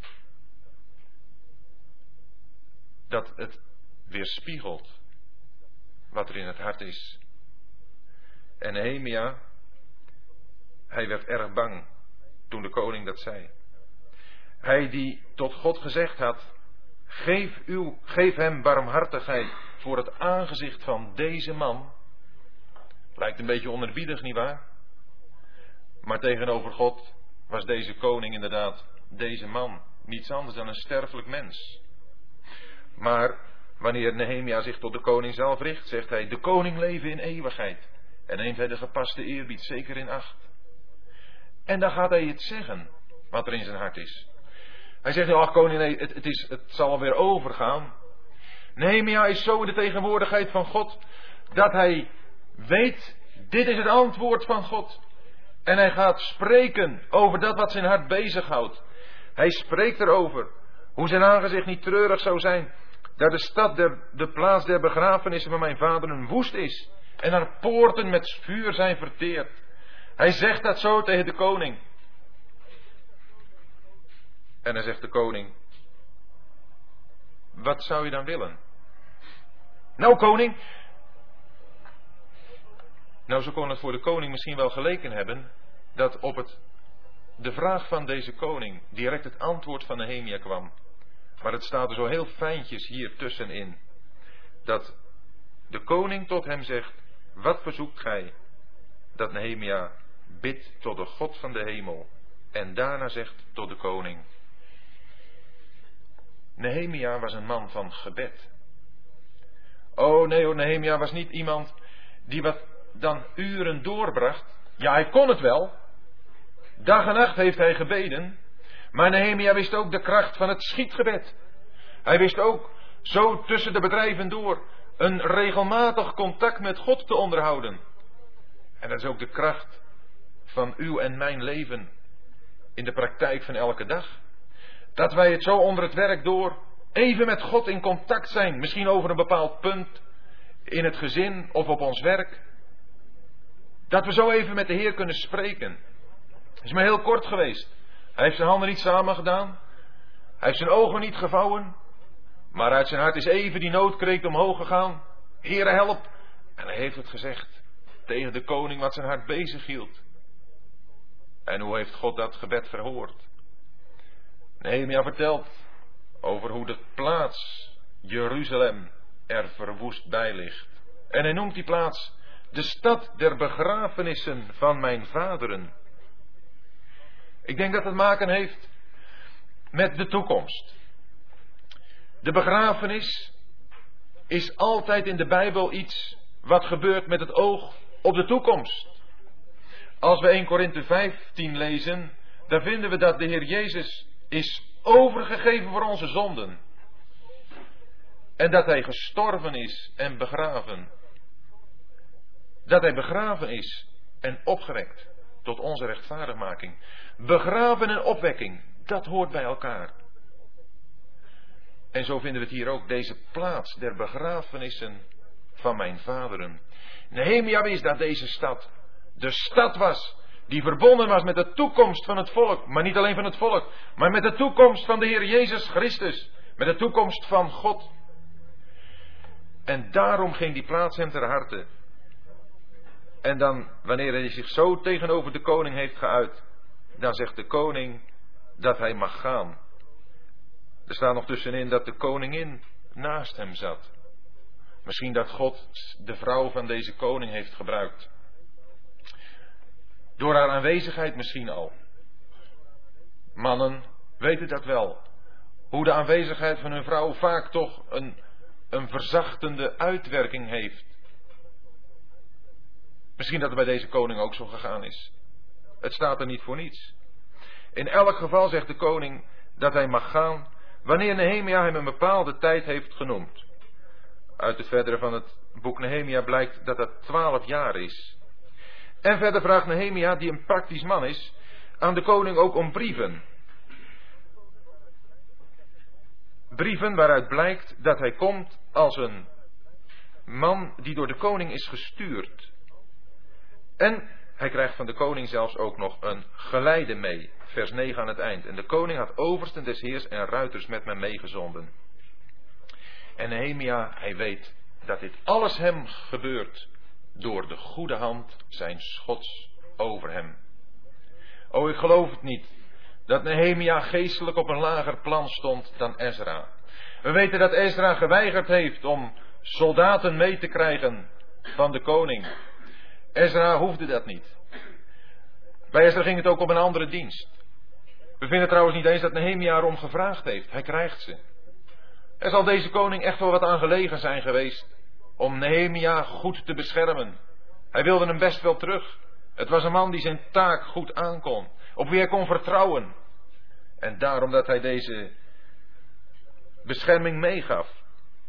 Dat het weerspiegelt wat er in het hart is. En Nehemia, hij werd erg bang toen de koning dat zei. Hij die tot God gezegd had: geef, uw, geef hem barmhartigheid voor het aangezicht van deze man. Lijkt een beetje onerbiedig, nietwaar? Maar tegenover God was deze koning inderdaad, deze man, niets anders dan een sterfelijk mens. Maar wanneer Nehemia zich tot de koning zelf richt, zegt hij: de koning leven in eeuwigheid. En neemt hij de gepaste eerbied zeker in acht. En dan gaat hij het zeggen, wat er in zijn hart is. Hij zegt: ach koning, nee, het, het, is, het zal alweer overgaan. Nehemia is zo in de tegenwoordigheid van God, dat hij weet, dit is het antwoord van God. En hij gaat spreken over dat wat zijn hart bezighoudt. Hij spreekt erover hoe zijn aangezicht niet treurig zou zijn, dat de stad, der, de plaats der begrafenissen van mijn vader een woest is en haar poorten met vuur zijn verteerd. Hij zegt dat zo tegen de koning. En dan zegt de koning: wat zou je dan willen? Nou koning. Nou, zo kon het voor de koning misschien wel geleken hebben dat op het, de vraag van deze koning direct het antwoord van Nehemia kwam. Maar het staat er zo heel fijntjes hier tussenin. Dat de koning tot hem zegt: wat verzoekt gij? Dat Nehemia bidt tot de God van de hemel. En daarna zegt tot de koning. Nehemia was een man van gebed. Oh nee, oh, Nehemia was niet iemand die wat dan uren doorbracht. Ja, hij kon het wel. Dag en nacht heeft hij gebeden. Maar Nehemia wist ook de kracht van het schietgebed. Hij wist ook zo tussen de bedrijven door een regelmatig contact met God te onderhouden. En dat is ook de kracht van uw en mijn leven in de praktijk van elke dag. Dat wij het zo onder het werk door even met God in contact zijn. Misschien over een bepaald punt in het gezin of op ons werk. Dat we zo even met de Heer kunnen spreken. Het is maar heel kort geweest. Hij heeft zijn handen niet samen gedaan. Hij heeft zijn ogen niet gevouwen. Maar uit zijn hart is even die noodkreet omhoog gegaan. Heere, help. En hij heeft het gezegd tegen de koning wat zijn hart bezig hield. En hoe heeft God dat gebed verhoord? Nehemia vertelt over hoe de plaats Jeruzalem er verwoest bij ligt. En hij noemt die plaats de stad der begrafenissen van mijn vaderen. Ik denk dat het maken heeft met de toekomst. De begrafenis is altijd in de Bijbel iets wat gebeurt met het oog op de toekomst. Als we Eerste Korinthe vijftien lezen, dan vinden we dat de Heer Jezus is overgegeven voor onze zonden. En dat hij gestorven is en begraven. Dat hij begraven is en opgewekt tot onze rechtvaardigmaking. Begraven en opwekking, dat hoort bij elkaar. En zo vinden we het hier ook, deze plaats der begrafenissen van mijn vaderen. Nehemia wist dat deze stad de stad was die verbonden was met de toekomst van het volk. Maar niet alleen van het volk, maar met de toekomst van de Heer Jezus Christus. Met de toekomst van God. En daarom ging die plaats hem ter harte. En dan, wanneer hij zich zo tegenover de koning heeft geuit, dan zegt de koning dat hij mag gaan. Er staat nog tussenin dat de koningin naast hem zat. Misschien dat God de vrouw van deze koning heeft gebruikt. Door haar aanwezigheid misschien al. Mannen weten dat wel. Hoe de aanwezigheid van hun vrouw vaak toch een, een verzachtende uitwerking heeft. Misschien dat het bij deze koning ook zo gegaan is. Het staat er niet voor niets. In elk geval zegt de koning dat hij mag gaan wanneer Nehemia hem een bepaalde tijd heeft genoemd. Uit het verdere van het boek Nehemia blijkt dat dat twaalf jaar is. En verder vraagt Nehemia, die een praktisch man is, aan de koning ook om brieven. Brieven waaruit blijkt dat hij komt als een man die door de koning is gestuurd. En hij krijgt van de koning zelfs ook nog een geleide mee. Vers negen aan het eind. En de koning had oversten des heers en ruiters met mij meegezonden. En Nehemia, hij weet dat dit alles hem gebeurt door de goede hand zijn Gods over hem. O, ik geloof het niet dat Nehemia geestelijk op een lager plan stond dan Ezra. We weten dat Ezra geweigerd heeft om soldaten mee te krijgen van de koning. Ezra hoefde dat niet. Bij Ezra ging het ook om een andere dienst. We vinden trouwens niet eens dat Nehemia erom gevraagd heeft. Hij krijgt ze. Er zal deze koning echt wel wat aan gelegen zijn geweest om Nehemia goed te beschermen. Hij wilde hem best wel terug. Het was een man die zijn taak goed aankon. Op wie hij kon vertrouwen. En daarom dat hij deze bescherming meegaf.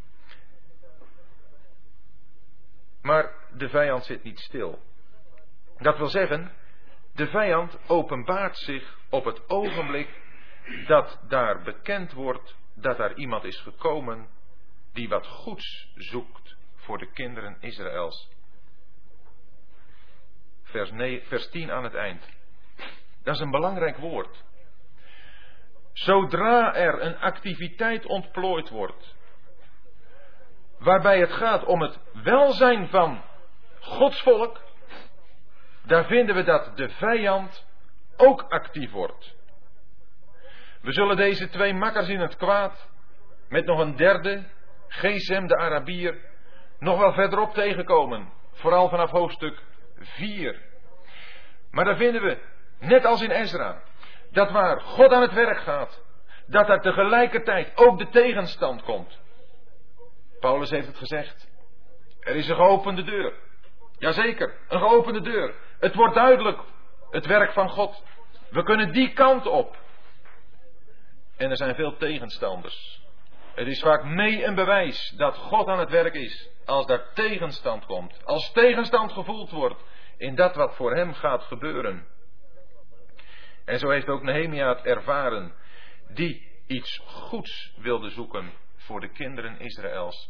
Maar de vijand zit niet stil. Dat wil zeggen, de vijand openbaart zich op het ogenblik dat daar bekend wordt dat daar iemand is gekomen die wat goeds zoekt voor de kinderen Israëls. Vers, negen, vers tien aan het eind. Dat is een belangrijk woord. Zodra er een activiteit ontplooid wordt, waarbij het gaat om het welzijn van Gods volk, daar vinden we dat de vijand ook actief wordt. We zullen deze twee makkers in het kwaad, met nog een derde, Gesem de Arabier, nog wel verderop tegenkomen. Vooral vanaf hoofdstuk vier. Maar daar vinden we, net als in Ezra, dat waar God aan het werk gaat, dat er tegelijkertijd ook de tegenstand komt. Paulus heeft het gezegd. Er is een geopende deur. Jazeker, een geopende deur. Het wordt duidelijk, het werk van God. We kunnen die kant op. En er zijn veel tegenstanders. Het is vaak mee een bewijs dat God aan het werk is. Als daar tegenstand komt. Als tegenstand gevoeld wordt in dat wat voor hem gaat gebeuren. En zo heeft ook Nehemia het ervaren. Die iets goeds wilde zoeken voor de kinderen Israëls.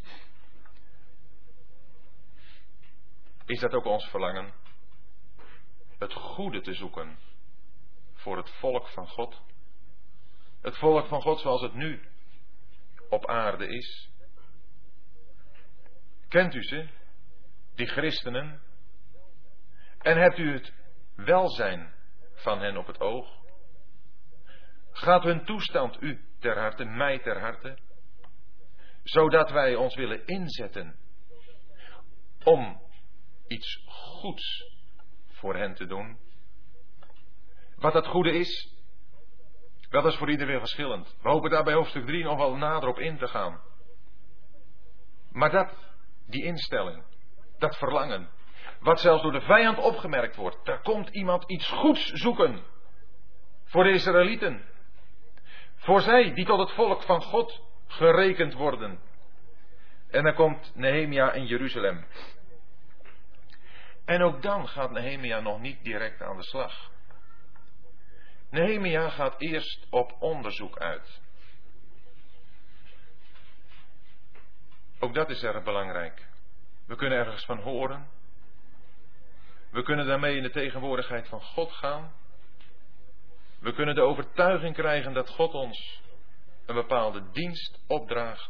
Is dat ook ons verlangen? Het goede te zoeken voor het volk van God. Het volk van God zoals het nu op aarde is. Kent u ze? Die christenen? En hebt u het welzijn van hen op het oog? Gaat hun toestand u ter harte, mij ter harte? Zodat wij ons willen inzetten om iets goeds voor hen te doen. Wat dat goede is, dat is voor iedereen verschillend. We hopen daar bij hoofdstuk drie nog wel nader op in te gaan. Maar dat, die instelling, dat verlangen, wat zelfs door de vijand opgemerkt wordt, daar komt iemand iets goeds zoeken voor de Israëlieten. Voor zij die tot het volk van God gerekend worden. En dan komt Nehemia in Jeruzalem. En ook dan gaat Nehemia nog niet direct aan de slag. Nehemia gaat eerst op onderzoek uit. Ook dat is erg belangrijk. We kunnen ergens van horen. We kunnen daarmee in de tegenwoordigheid van God gaan. We kunnen de overtuiging krijgen dat God ons een bepaalde dienst opdraagt.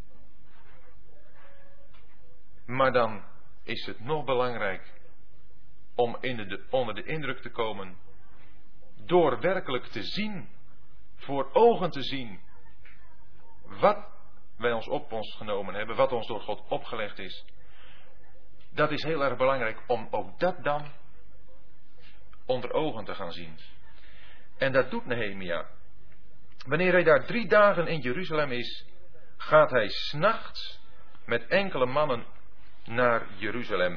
Maar dan is het nog belangrijk om in de, onder de indruk te komen, door werkelijk te zien, voor ogen te zien, wat wij ons op ons genomen hebben, wat ons door God opgelegd is. Dat is heel erg belangrijk om ook dat dan onder ogen te gaan zien. En dat doet Nehemia. Wanneer hij daar drie dagen in Jeruzalem is, gaat hij 's nachts met enkele mannen naar Jeruzalem.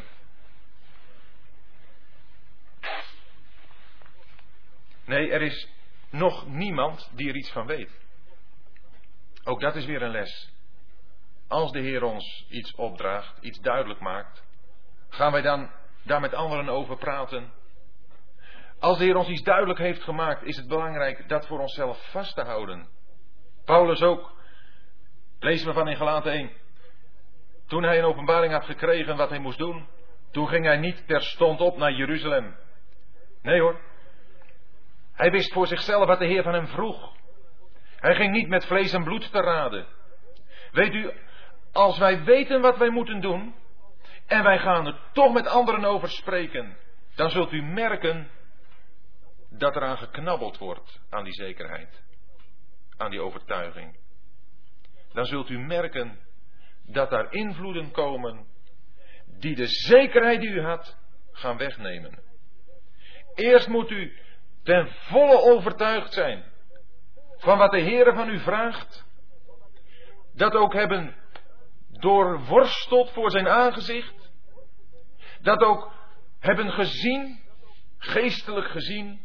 Nee, er is nog niemand die er iets van weet. Ook dat is weer een les. Als de Heer ons iets opdraagt, iets duidelijk maakt, gaan wij dan daar met anderen over praten? Als de Heer ons iets duidelijk heeft gemaakt, is het belangrijk dat voor onszelf vast te houden. Paulus ook, lezen we van in Galaten één. Toen hij een openbaring had gekregen wat hij moest doen, toen ging hij niet terstond op naar Jeruzalem. Nee hoor. Hij wist voor zichzelf wat de Heer van hem vroeg. Hij ging niet met vlees en bloed te raden. Weet u, als wij weten wat wij moeten doen, en wij gaan er toch met anderen over spreken, dan zult u merken dat eraan geknabbeld wordt, aan die zekerheid, aan die overtuiging. Dan zult u merken dat daar invloeden komen die de zekerheid die u had gaan wegnemen. Eerst moet u ten volle overtuigd zijn van wat de Heere van u vraagt. Dat ook hebben doorworsteld voor zijn aangezicht. Dat ook hebben gezien, geestelijk gezien.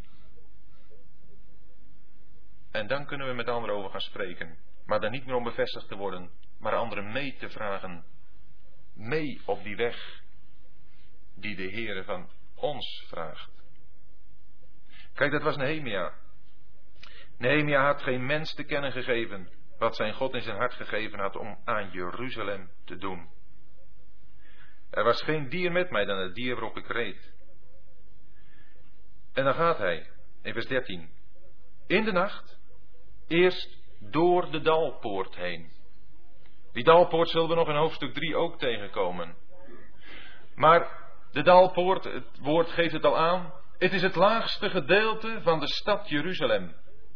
En dan kunnen we met anderen over gaan spreken. Maar dan niet meer om bevestigd te worden, maar anderen mee te vragen. Mee op die weg die de Heere van ons vraagt. Kijk, dat was Nehemia. Nehemia had geen mens te kennen gegeven wat zijn God in zijn hart gegeven had om aan Jeruzalem te doen. Er was geen dier met mij dan het dier waarop ik reed. En dan gaat hij, in vers dertien. In de nacht, eerst door de dalpoort heen. Die dalpoort zullen we nog in hoofdstuk drie ook tegenkomen. Maar de dalpoort, het woord geeft het al aan, het is het laagste gedeelte van de stad Jeruzalem.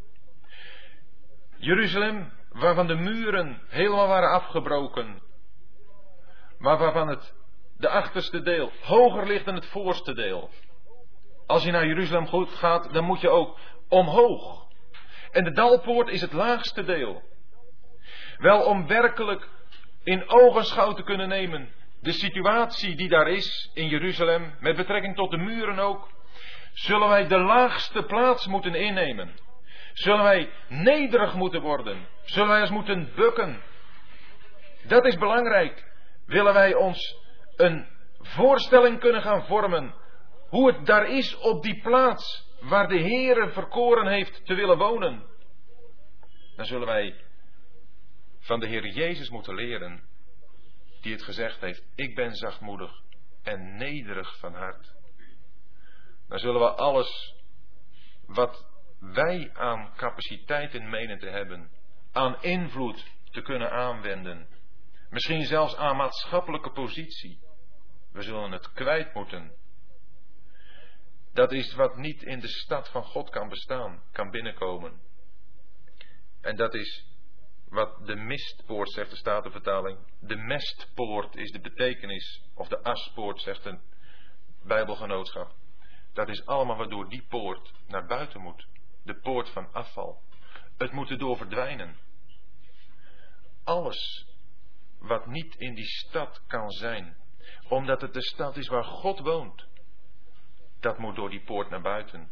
Jeruzalem, waarvan de muren helemaal waren afgebroken, maar waarvan het, de achterste deel, hoger ligt dan het voorste deel. Als je naar Jeruzalem goed gaat, dan moet je ook omhoog. En de dalpoort is het laagste deel. Wel om werkelijk in ogenschouw te kunnen nemen de situatie die daar is in Jeruzalem, met betrekking tot de muren ook, zullen wij de laagste plaats moeten innemen. Zullen wij nederig moeten worden. Zullen wij ons moeten bukken. Dat is belangrijk. Willen wij ons een voorstelling kunnen gaan vormen hoe het daar is op die plaats waar de Heere verkoren heeft te willen wonen. Dan zullen wij van de Heer Jezus moeten leren, die het gezegd heeft, ik ben zachtmoedig en nederig van hart. Dan zullen we alles wat wij aan capaciteiten menen te hebben, aan invloed te kunnen aanwenden, misschien zelfs aan maatschappelijke positie, we zullen het kwijt moeten. Dat is wat niet in de stad van God kan bestaan, kan binnenkomen. En dat is wat de mistpoort, zegt de Statenvertaling. De mestpoort is de betekenis, of de aspoort, zegt een Bijbelgenootschap. Dat is allemaal wat door die poort naar buiten moet. De poort van afval. Het moet erdoor verdwijnen. Alles wat niet in die stad kan zijn, omdat het de stad is waar God woont, dat moet door die poort naar buiten.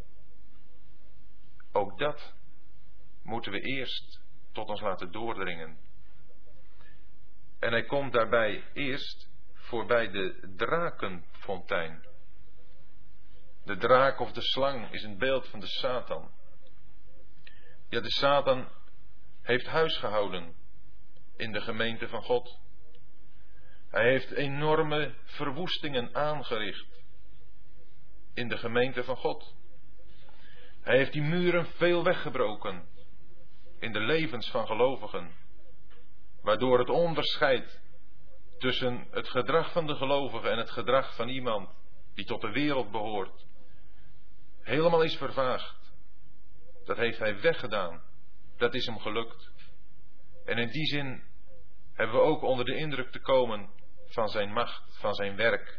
Ook dat moeten we eerst tot ons laten doordringen. En hij komt daarbij eerst voorbij de drakenfontein. De draak of de slang is een beeld van de Satan. Ja, de Satan heeft huis gehouden in de gemeente van God. Hij heeft enorme verwoestingen aangericht in de gemeente van God. Hij heeft die muren veel weggebroken in de levens van gelovigen, waardoor het onderscheid tussen het gedrag van de gelovige en het gedrag van iemand die tot de wereld behoort helemaal is vervaagd. Dat heeft hij weggedaan. Dat is hem gelukt. En in die zin hebben we ook onder de indruk te komen van zijn macht, van zijn werk.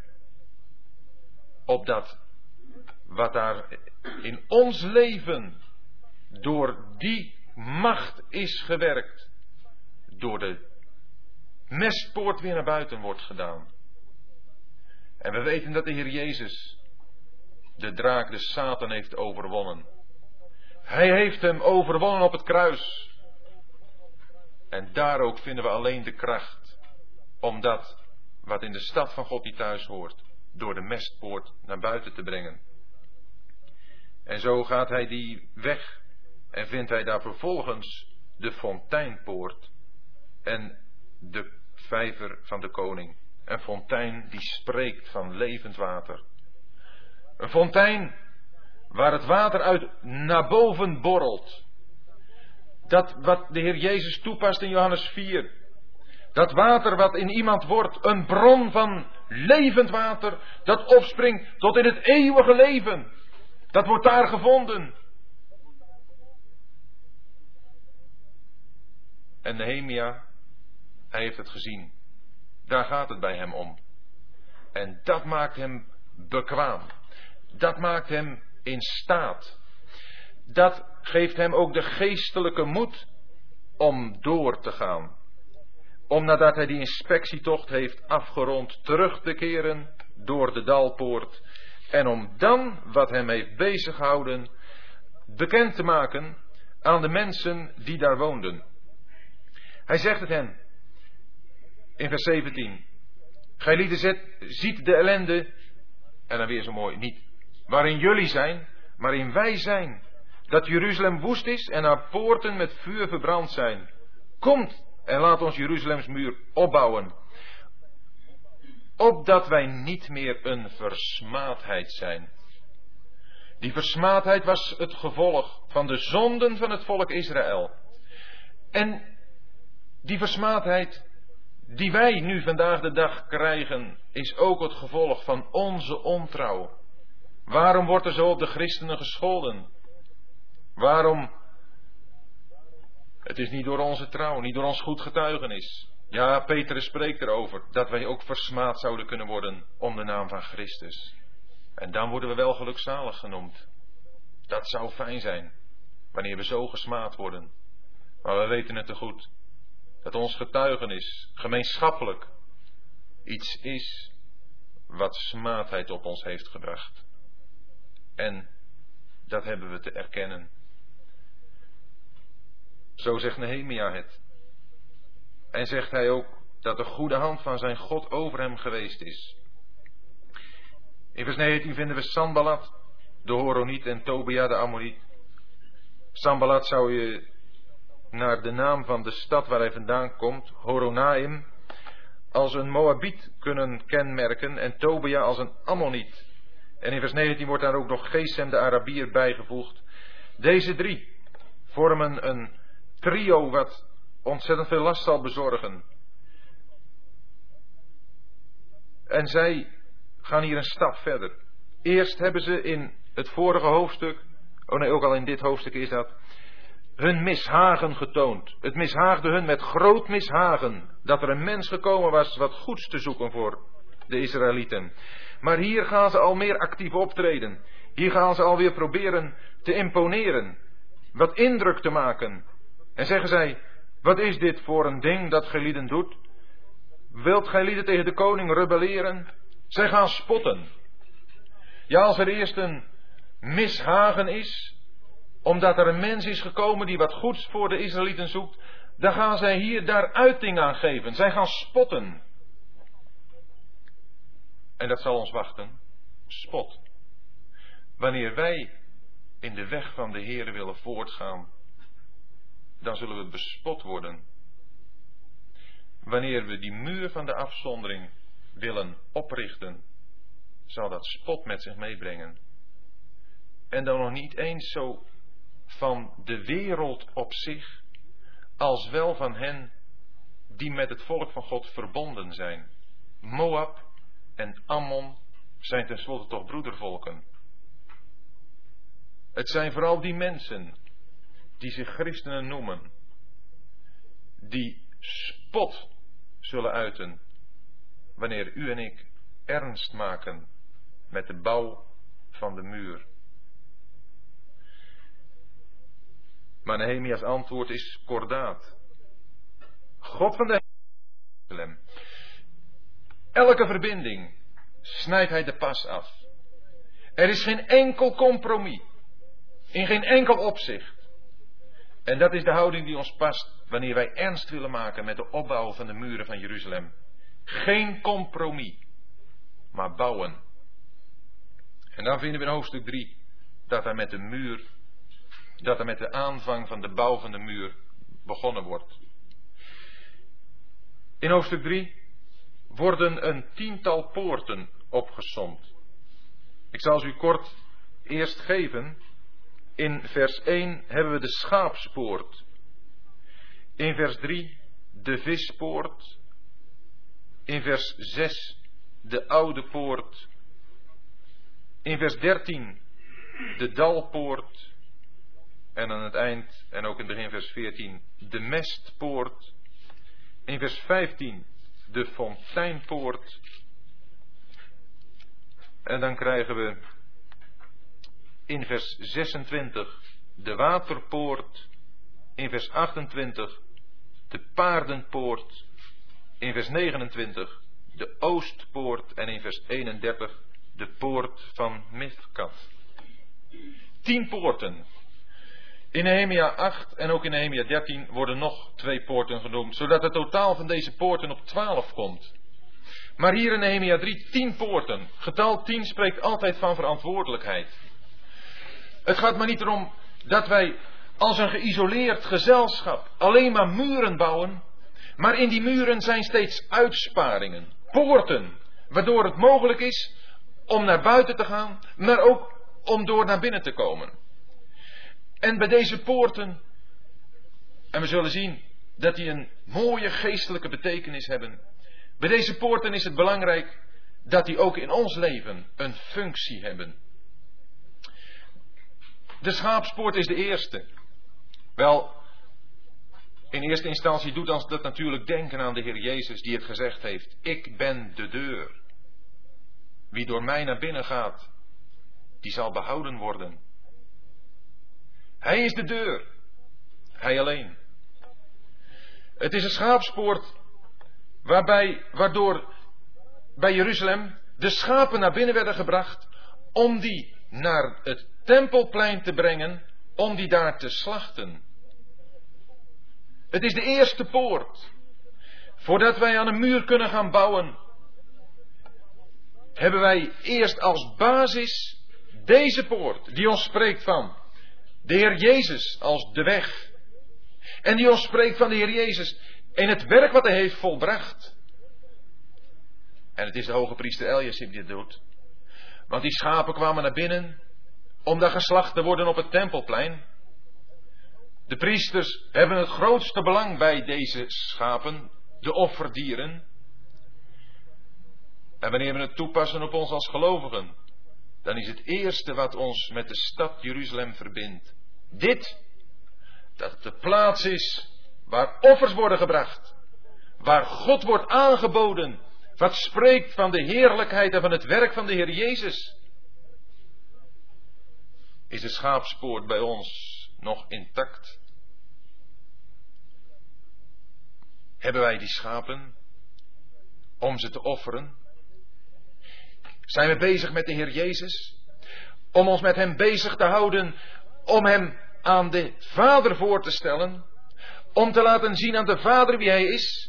Opdat wat daar in ons leven door die macht is gewerkt, door de mestpoort weer naar buiten wordt gedaan. En we weten dat de Heer Jezus de draak, de Satan, heeft overwonnen. Hij heeft hem overwonnen op het kruis. En daar ook vinden we alleen de kracht om dat wat in de stad van God niet thuis hoort, door de mestpoort naar buiten te brengen. En zo gaat hij die weg en vindt hij daar vervolgens de fonteinpoort en de vijver van de koning. Een fontein die spreekt van levend water. Een fontein waar het water uit naar boven borrelt. Dat wat de Heer Jezus toepast in Johannes vier. Dat water wat in iemand wordt, een bron van levend water, dat opspringt tot in het eeuwige leven. Dat wordt daar gevonden. En Nehemia, hij heeft het gezien. Daar gaat het bij hem om. En dat maakt hem bekwaam. Dat maakt hem in staat. Dat geeft hem ook de geestelijke moed om door te gaan. Om nadat hij die inspectietocht heeft afgerond terug te keren door de Dalpoort. En om dan wat hem heeft bezighouden bekend te maken aan de mensen die daar woonden. Hij zegt het hen in vers zeventien. Gijlieden ziet de ellende, en dan weer zo mooi, niet waarin jullie zijn, maar in wij zijn. Dat Jeruzalem woest is en haar poorten met vuur verbrand zijn. Komt en laat ons Jeruzalems muur opbouwen. Opdat wij niet meer een versmaadheid zijn. Die versmaadheid was het gevolg van de zonden van het volk Israël. En die versmaadheid die wij nu vandaag de dag krijgen, is ook het gevolg van onze ontrouw. Waarom wordt er zo op de christenen gescholden? Waarom? Het is niet door onze trouw, niet door ons goed getuigenis. Ja, Petrus spreekt erover, dat wij ook versmaad zouden kunnen worden om de naam van Christus. En dan worden we wel gelukzalig genoemd. Dat zou fijn zijn, wanneer we zo gesmaad worden. Maar we weten het te goed, dat ons getuigenis gemeenschappelijk iets is wat smaadheid op ons heeft gebracht. En dat hebben we te erkennen. Zo zegt Nehemia het. En zegt hij ook dat de goede hand van zijn God over hem geweest is. In vers negentien vinden we Sanballat, de Horoniet, en Tobia, de Ammoniet. Sanballat zou je naar de naam van de stad waar hij vandaan komt, Horonaim, als een Moabiet kunnen kenmerken en Tobia als een Ammoniet. En in vers negentien wordt daar ook nog Gesem, de Arabier, bijgevoegd. Deze drie vormen een trio wat ontzettend veel last zal bezorgen. En zij gaan hier een stap verder. Eerst hebben ze in het vorige hoofdstuk, oh nee, ook al in dit hoofdstuk is dat, hun mishagen getoond. Het mishaagde hun met groot mishagen dat er een mens gekomen was wat goeds te zoeken voor de Israëlieten. Maar hier gaan ze al meer actief optreden. Hier gaan ze alweer proberen te imponeren, wat indruk te maken. En zeggen zij, wat is dit voor een ding dat gijlieden doet? Wilt gijlieden tegen de koning rebelleren? Zij gaan spotten. Ja, als er eerst een mishagen is, omdat er een mens is gekomen die wat goeds voor de Israëlieten zoekt, dan gaan zij hier daar uiting aan geven. Zij gaan spotten. En dat zal ons wachten. Spot. Wanneer wij in de weg van de Heere willen voortgaan, dan zullen we bespot worden. Wanneer we die muur van de afzondering willen oprichten, zal dat spot met zich meebrengen. En dan nog niet eens zo van de wereld op zich, als wel van hen die met het volk van God verbonden zijn. Moab en Ammon zijn tenslotte toch broedervolken. Het zijn vooral die mensen die zich christenen noemen, die spot zullen uiten wanneer u en ik ernst maken met de bouw van de muur. Maar Nehemia's antwoord is kordaat. God van de Jeruzalem. Elke verbinding snijdt hij de pas af. Er is geen enkel compromis. In geen enkel opzicht. En dat is de houding die ons past wanneer wij ernst willen maken met de opbouw van de muren van Jeruzalem. Geen compromis, maar bouwen. En dan vinden we in hoofdstuk drie dat er met de muur, dat er met de aanvang van de bouw van de muur begonnen wordt. In hoofdstuk drie worden een tiental poorten opgesomd. Ik zal ze u kort eerst geven. In vers één hebben we de schaapspoort. In vers drie de vispoort. In vers zes de oude poort. In vers dertien de dalpoort. En aan het eind, en ook in het begin vers veertien, de mestpoort. In vers vijftien de fonteinpoort. En dan krijgen we in vers zesentwintig de waterpoort. In vers achtentwintig de paardenpoort. In vers negenentwintig de oostpoort. En in vers eenendertig de poort van Mifkat. Tien poorten. In Nehemia acht en ook in Nehemia dertien worden nog twee poorten genoemd, zodat het totaal van deze poorten op twaalf komt. Maar hier in Nehemia drie, tien poorten. Getal tien spreekt altijd van verantwoordelijkheid. Het gaat maar niet erom dat wij als een geïsoleerd gezelschap alleen maar muren bouwen, maar in die muren zijn steeds uitsparingen, poorten, waardoor het mogelijk is om naar buiten te gaan, maar ook om door naar binnen te komen. En bij deze poorten, en we zullen zien dat die een mooie geestelijke betekenis hebben. Bij deze poorten is het belangrijk dat die ook in ons leven een functie hebben. De schaapspoort is de eerste. Wel, in eerste instantie doet ons dat natuurlijk denken aan de Heer Jezus die het gezegd heeft. Ik ben de deur. Wie door mij naar binnen gaat, die zal behouden worden. Hij is de deur. Hij alleen. Het is een schaapspoort waarbij, waardoor bij Jeruzalem de schapen naar binnen werden gebracht, om die naar het tempelplein te brengen, om die daar te slachten. Het is de eerste poort. Voordat wij aan een muur kunnen gaan bouwen, hebben wij eerst als basis deze poort, die ons spreekt van de Heer Jezus als de weg. En die ons spreekt van de Heer Jezus in het werk wat hij heeft volbracht. En het is de hoge priester Elias die dit doet. Want die schapen kwamen naar binnen om daar geslacht te worden op het tempelplein. De priesters hebben het grootste belang bij deze schapen, de offerdieren. En wanneer we het toepassen op ons als gelovigen, dan is het eerste wat ons met de stad Jeruzalem verbindt dit: dat het de plaats is waar offers worden gebracht, waar God wordt aangeboden, wat spreekt van de heerlijkheid en van het werk van de Heer Jezus. Is de schaapspoort bij ons nog intact? Hebben wij die schapen om ze te offeren? Zijn we bezig met de Heer Jezus? Om ons met Hem bezig te houden, om Hem aan de Vader voor te stellen, om te laten zien aan de Vader wie Hij is?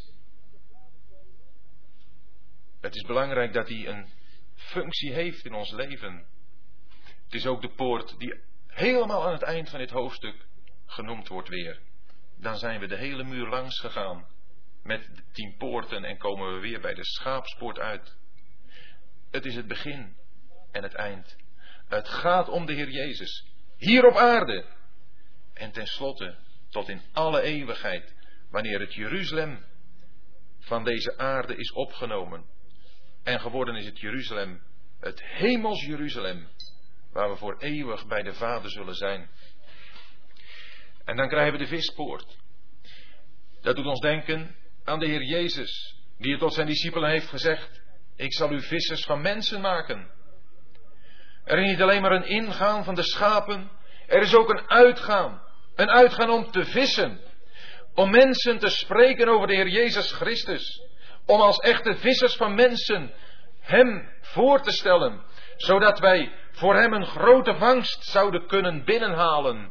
Het is belangrijk dat Hij een functie heeft in ons leven. Het is ook de poort die helemaal aan het eind van dit hoofdstuk genoemd wordt weer. Dan zijn we de hele muur langs gegaan met de tien poorten en komen we weer bij de schaapspoort uit. Het is het begin en het eind. Het gaat om de Heer Jezus, hier op aarde. En tenslotte tot in alle eeuwigheid, wanneer het Jeruzalem van deze aarde is opgenomen. En geworden is het Jeruzalem, het hemels Jeruzalem, waar we voor eeuwig bij de Vader zullen zijn. En dan krijgen we de vispoort. Dat doet ons denken aan de Heer Jezus, die het tot zijn discipelen heeft gezegd: ik zal u vissers van mensen maken. Er is niet alleen maar een ingaan van de schapen, er is ook een uitgaan. Een uitgaan om te vissen. Om mensen te spreken over de Heer Jezus Christus. Om als echte vissers van mensen Hem voor te stellen. Zodat wij voor Hem een grote vangst zouden kunnen binnenhalen.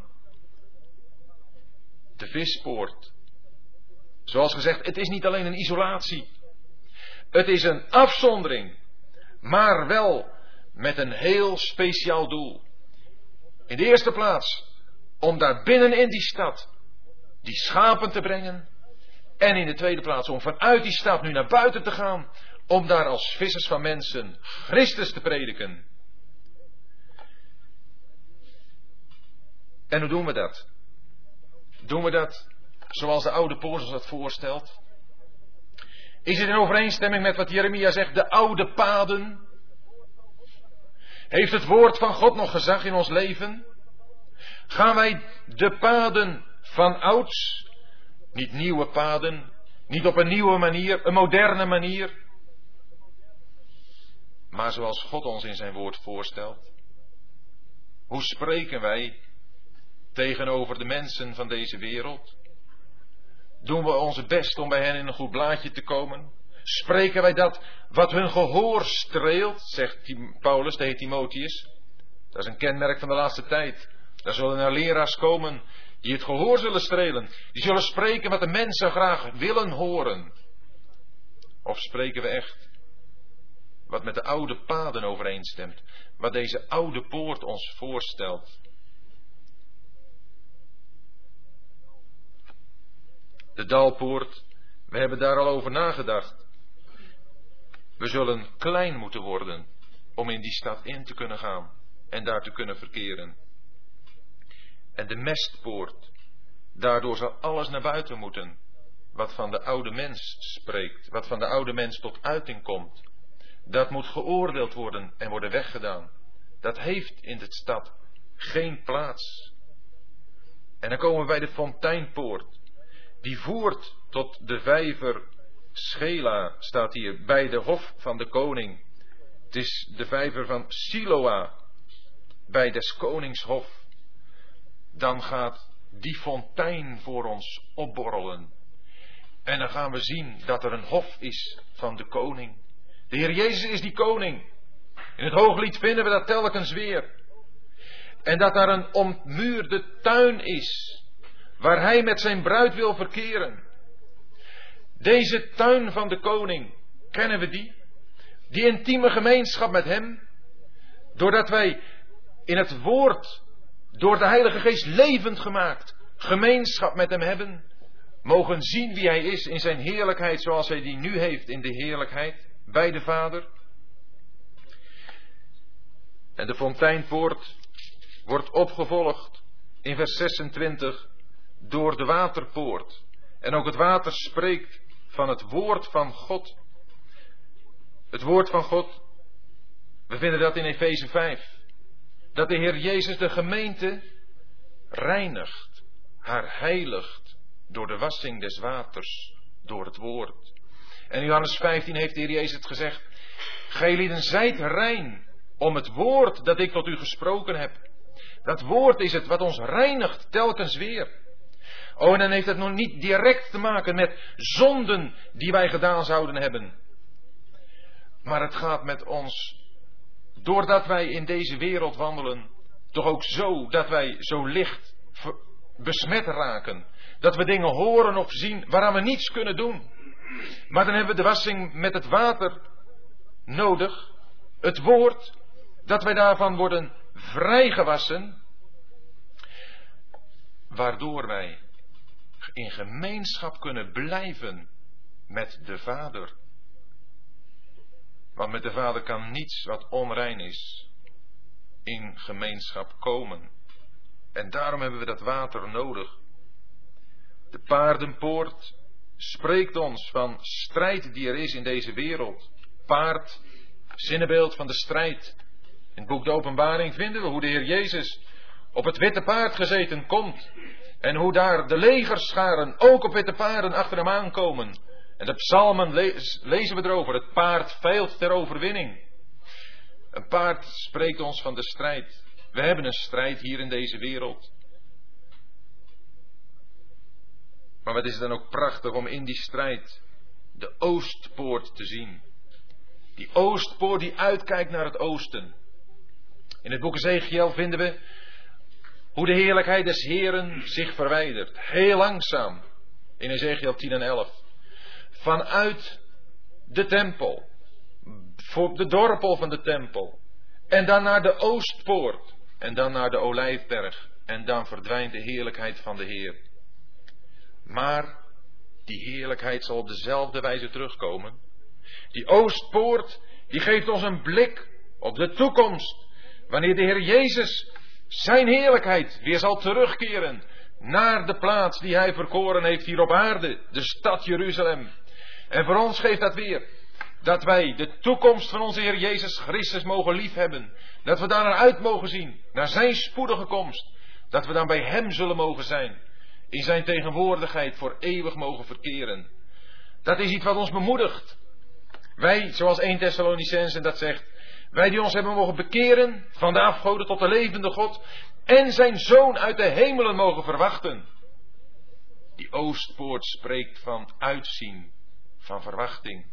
De vispoort. Zoals gezegd, het is niet alleen een isolatie. Het is een afzondering. Maar wel met een heel speciaal doel. In de eerste plaats om daar binnen in die stad die schapen te brengen. En in de tweede plaats om vanuit die stad nu naar buiten te gaan. Om daar als vissers van mensen Christus te prediken. En hoe doen we dat? Doen we dat zoals de oude poort ons dat voorstelt? Is het in overeenstemming met wat Jeremia zegt, de oude paden? Heeft het woord van God nog gezag in ons leven? Gaan wij de paden van ouds, niet nieuwe paden, niet op een nieuwe manier, een moderne manier, maar zoals God ons in zijn woord voorstelt? Hoe spreken wij tegenover de mensen van deze wereld? Doen we onze best om bij hen in een goed blaadje te komen? Spreken wij dat wat hun gehoor streelt, zegt Paulus tegen Timotheus. Dat is een kenmerk van de laatste tijd. Daar zullen er leraars komen die het gehoor zullen strelen. Die zullen spreken wat de mensen graag willen horen. Of spreken we echt wat met de oude paden overeenstemt. Wat deze oude poort ons voorstelt. De Dalpoort, we hebben daar al over nagedacht. We zullen klein moeten worden om in die stad in te kunnen gaan en daar te kunnen verkeren. En de Mestpoort, daardoor zal alles naar buiten moeten wat van de oude mens spreekt, wat van de oude mens tot uiting komt. Dat moet geoordeeld worden en worden weggedaan. Dat heeft in de stad geen plaats. En dan komen we bij de Fonteinpoort. Die voert tot de vijver Schela, staat hier, bij de hof van de koning. Het is de vijver van Siloa, bij des konings hof. Dan gaat die fontein voor ons opborrelen. En dan gaan we zien dat er een hof is van de koning. De Heer Jezus is die koning. In het Hooglied vinden we dat telkens weer. En dat daar een ommuurde tuin is, waar hij met zijn bruid wil verkeren. Deze tuin van de koning, kennen we die? Die intieme gemeenschap met hem, doordat wij in het woord, door de Heilige Geest levend gemaakt, gemeenschap met hem hebben, mogen zien wie hij is in zijn heerlijkheid zoals hij die nu heeft in de heerlijkheid bij de Vader. En de fonteinpoort wordt opgevolgd in vers zesentwintig door de waterpoort. En ook het water spreekt van het woord van God. Het woord van God, we vinden dat in Efeze vijf. Dat de Heer Jezus de gemeente reinigt, haar heiligt door de wassing des waters, door het woord. En in Johannes vijftien heeft de Heer Jezus het gezegd: gij lieden zijt rein om het woord dat ik tot u gesproken heb. Dat woord is het wat ons reinigt telkens weer. Oh, en dan heeft het nog niet direct te maken met zonden die wij gedaan zouden hebben. Maar het gaat met ons, doordat wij in deze wereld wandelen, toch ook zo dat wij zo licht besmet raken. Dat we dingen horen of zien waaraan we niets kunnen doen. Maar dan hebben we de wassing met het water nodig. Het woord, dat wij daarvan worden vrijgewassen. Waardoor wij in gemeenschap kunnen blijven met de Vader. Want met de Vader kan niets wat onrein is in gemeenschap komen. En daarom hebben we dat water nodig. De paardenpoort spreekt ons van strijd die er is in deze wereld. Paard, zinnebeeld van de strijd. In het boek de Openbaring vinden we hoe de Heer Jezus op het witte paard gezeten komt. En hoe daar de legerscharen ook op witte paarden achter hem aankomen. En de psalmen le- lezen we erover. Het paard veilt ter overwinning. Een paard spreekt ons van de strijd. We hebben een strijd hier in deze wereld. Maar wat is het dan ook prachtig om in die strijd de oostpoort te zien. Die oostpoort die uitkijkt naar het oosten. In het boek Ezechiel vinden we hoe de heerlijkheid des Heeren zich verwijdert. Heel langzaam. In Ezechiel tien en elf. Vanuit de tempel. Voor de dorpel van de tempel. En dan naar de oostpoort. En dan naar de olijfberg. En dan verdwijnt de heerlijkheid van de Heer. Maar die heerlijkheid zal op dezelfde wijze terugkomen. Die oostpoort, die geeft ons een blik op de toekomst. Wanneer de Heer Jezus zijn heerlijkheid weer zal terugkeren naar de plaats die hij verkoren heeft hier op aarde, de stad Jeruzalem. En voor ons geeft dat weer dat wij de toekomst van onze Heer Jezus Christus mogen liefhebben. Dat we daar naar uit mogen zien, naar zijn spoedige komst. Dat we dan bij hem zullen mogen zijn. In zijn tegenwoordigheid voor eeuwig mogen verkeren. Dat is iets wat ons bemoedigt. Wij, zoals eerste Thessalonicenzen dat zegt, wij die ons hebben mogen bekeren van de afgoden tot de levende God en zijn Zoon uit de hemelen mogen verwachten. Die oostpoort spreekt van uitzien, van verwachting.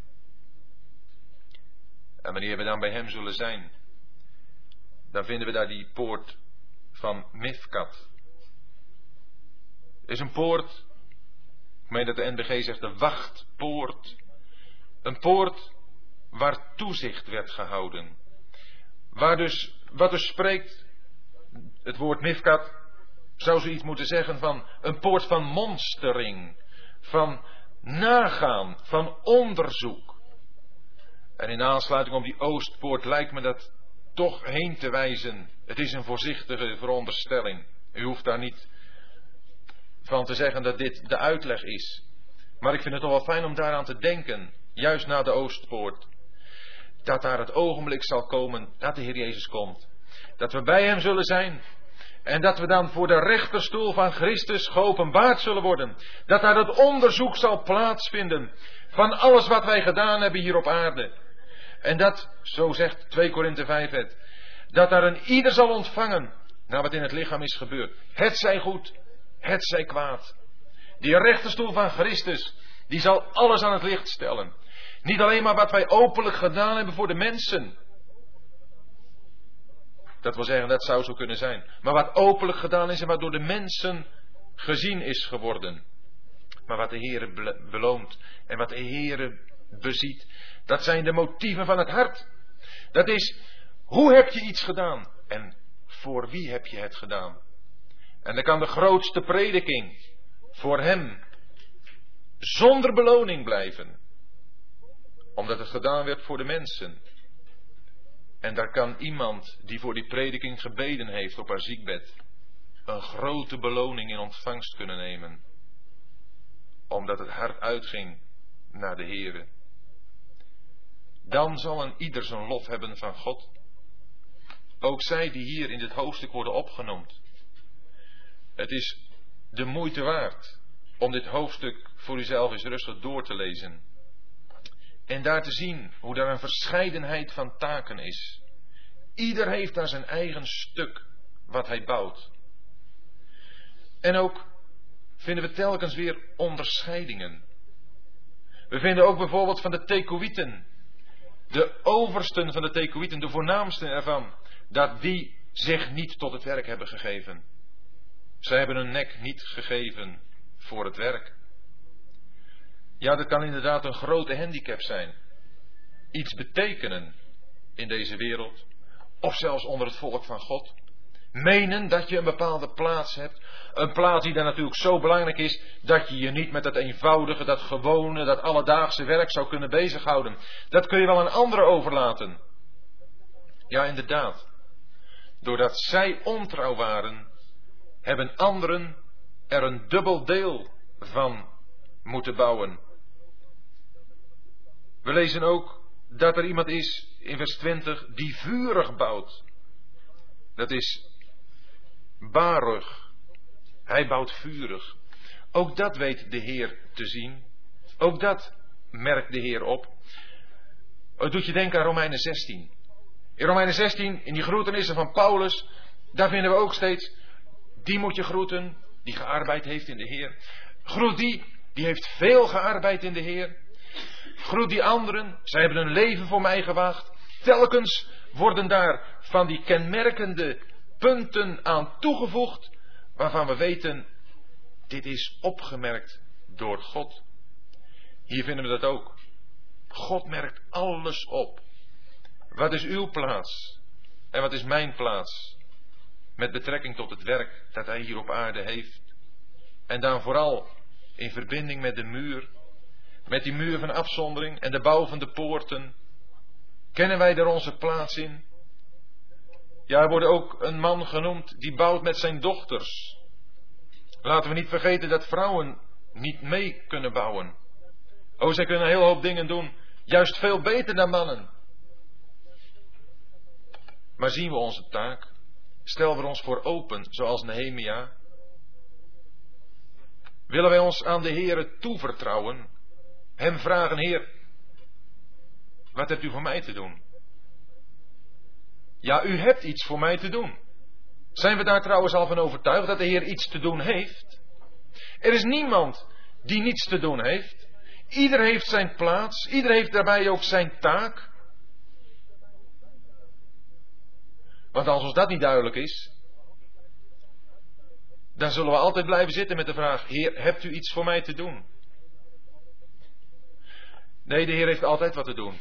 En wanneer we dan bij hem zullen zijn, dan vinden we daar die poort van Mifkat. Het is een poort, ik meen dat de N B G zegt de wachtpoort. Een poort waar toezicht werd gehouden. Waar dus, wat dus spreekt, het woord Mifkat, zou zoiets moeten zeggen van een poort van monstering, van nagaan, van onderzoek. En in aansluiting op die oostpoort lijkt me dat toch heen te wijzen. Het is een voorzichtige veronderstelling. U hoeft daar niet van te zeggen dat dit de uitleg is. Maar ik vind het toch wel fijn om daaraan te denken, juist na de oostpoort. Dat daar het ogenblik zal komen dat de Heer Jezus komt. Dat we bij hem zullen zijn. En dat we dan voor de rechterstoel van Christus geopenbaard zullen worden. Dat daar het onderzoek zal plaatsvinden van alles wat wij gedaan hebben hier op aarde. En dat, zo zegt twee Korinthe vijf het, dat daar een ieder zal ontvangen naar wat in het lichaam is gebeurd. Het zij goed, het zij kwaad. Die rechterstoel van Christus, die zal alles aan het licht stellen. Niet alleen maar wat wij openlijk gedaan hebben voor de mensen. Dat wil zeggen, dat zou zo kunnen zijn. Maar wat openlijk gedaan is en wat door de mensen gezien is geworden. Maar wat de Heere beloont en wat de Heere beziet, dat zijn de motieven van het hart. Dat is, hoe heb je iets gedaan? En voor wie heb je het gedaan? En dan kan de grootste prediking voor hem zonder beloning blijven. Omdat het gedaan werd voor de mensen. En daar kan iemand die voor die prediking gebeden heeft op haar ziekbed een grote beloning in ontvangst kunnen nemen. Omdat het hart uitging naar de Heere. Dan zal een ieder zijn lof hebben van God. Ook zij die hier in dit hoofdstuk worden opgenoemd. Het is de moeite waard om dit hoofdstuk voor uzelf eens rustig door te lezen. En daar te zien hoe daar een verscheidenheid van taken is. Ieder heeft daar zijn eigen stuk wat hij bouwt. En ook vinden we telkens weer onderscheidingen. We vinden ook bijvoorbeeld van de Tekoïten, de oversten van de Tekoïten, de voornaamsten ervan, dat die zich niet tot het werk hebben gegeven. Zij hebben hun nek niet gegeven voor het werk. Ja, dat kan inderdaad een grote handicap zijn. Iets betekenen in deze wereld, of zelfs onder het volk van God. Menen dat je een bepaalde plaats hebt. Een plaats die dan natuurlijk zo belangrijk is, dat je je niet met dat eenvoudige, dat gewone, dat alledaagse werk zou kunnen bezighouden. Dat kun je wel aan anderen overlaten. Ja, inderdaad. Doordat zij ontrouw waren, hebben anderen er een dubbel deel van moeten bouwen. We lezen ook dat er iemand is in vers twintig die vurig bouwt. Dat is Baruch. Hij bouwt vurig. Ook dat weet de Heer te zien. Ook dat merkt de Heer op. Het doet je denken aan Romeinen zestien. In Romeinen zestien, in die groetenissen van Paulus, daar vinden we ook steeds, die moet je groeten, die gearbeid heeft in de Heer. Groet die, die heeft veel gearbeid in de Heer. Groet die anderen, zij hebben hun leven voor mij gewaagd. Telkens worden daar van die kenmerkende punten aan toegevoegd, waarvan we weten, dit is opgemerkt door God. Hier vinden we dat ook. God merkt alles op. Wat is uw plaats? En wat is mijn plaats? Met betrekking tot het werk dat hij hier op aarde heeft. En dan vooral in verbinding met de muur. Met die muur van afzondering en de bouw van de poorten. Kennen wij daar onze plaats in? Ja, er wordt ook een man genoemd die bouwt met zijn dochters. Laten we niet vergeten dat vrouwen niet mee kunnen bouwen. Oh, zij kunnen een hele hoop dingen doen. Juist veel beter dan mannen. Maar zien we onze taak? Stellen we ons voor open, zoals Nehemia? Willen wij ons aan de Heere toevertrouwen? Hem vragen, Heer, wat hebt u voor mij te doen? Ja, u hebt iets voor mij te doen. Zijn we daar trouwens al van overtuigd dat de Heer iets te doen heeft? Er is niemand die niets te doen heeft. Ieder heeft zijn plaats. Ieder heeft daarbij ook zijn taak. Want als ons dat niet duidelijk is, dan zullen we altijd blijven zitten met de vraag, Heer, hebt u iets voor mij te doen? Nee, de Heer heeft altijd wat te doen.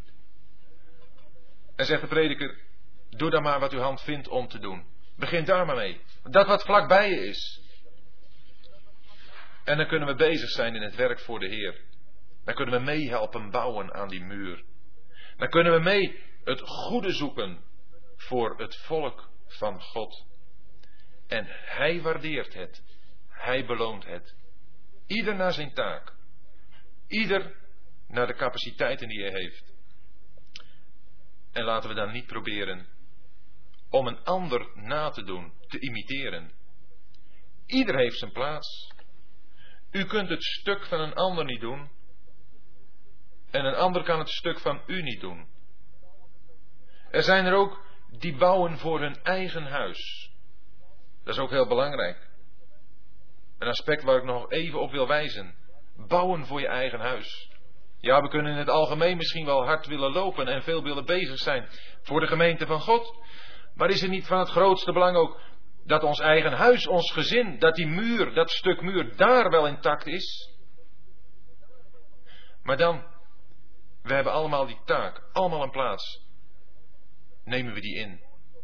En zegt de prediker, doe dan maar wat uw hand vindt om te doen. Begin daar maar mee. Dat wat vlakbij je is. En dan kunnen we bezig zijn in het werk voor de Heer. Dan kunnen we meehelpen bouwen aan die muur. Dan kunnen we mee het goede zoeken voor het volk van God. En Hij waardeert het. Hij beloont het. Ieder naar zijn taak. Ieder naar de capaciteiten die hij heeft. En laten we dan niet proberen om een ander na te doen, te imiteren. Ieder heeft zijn plaats. U kunt het stuk van een ander niet doen. En een ander kan het stuk van u niet doen. Er zijn er ook die bouwen voor hun eigen huis. Dat is ook heel belangrijk. Een aspect waar ik nog even op wil wijzen. Bouwen voor je eigen huis. Ja, we kunnen in het algemeen misschien wel hard willen lopen en veel willen bezig zijn voor de gemeente van God. Maar is het niet van het grootste belang ook dat ons eigen huis, ons gezin, dat die muur, dat stuk muur daar wel intact is? Maar dan, we hebben allemaal die taak, allemaal een plaats. Nemen we die in?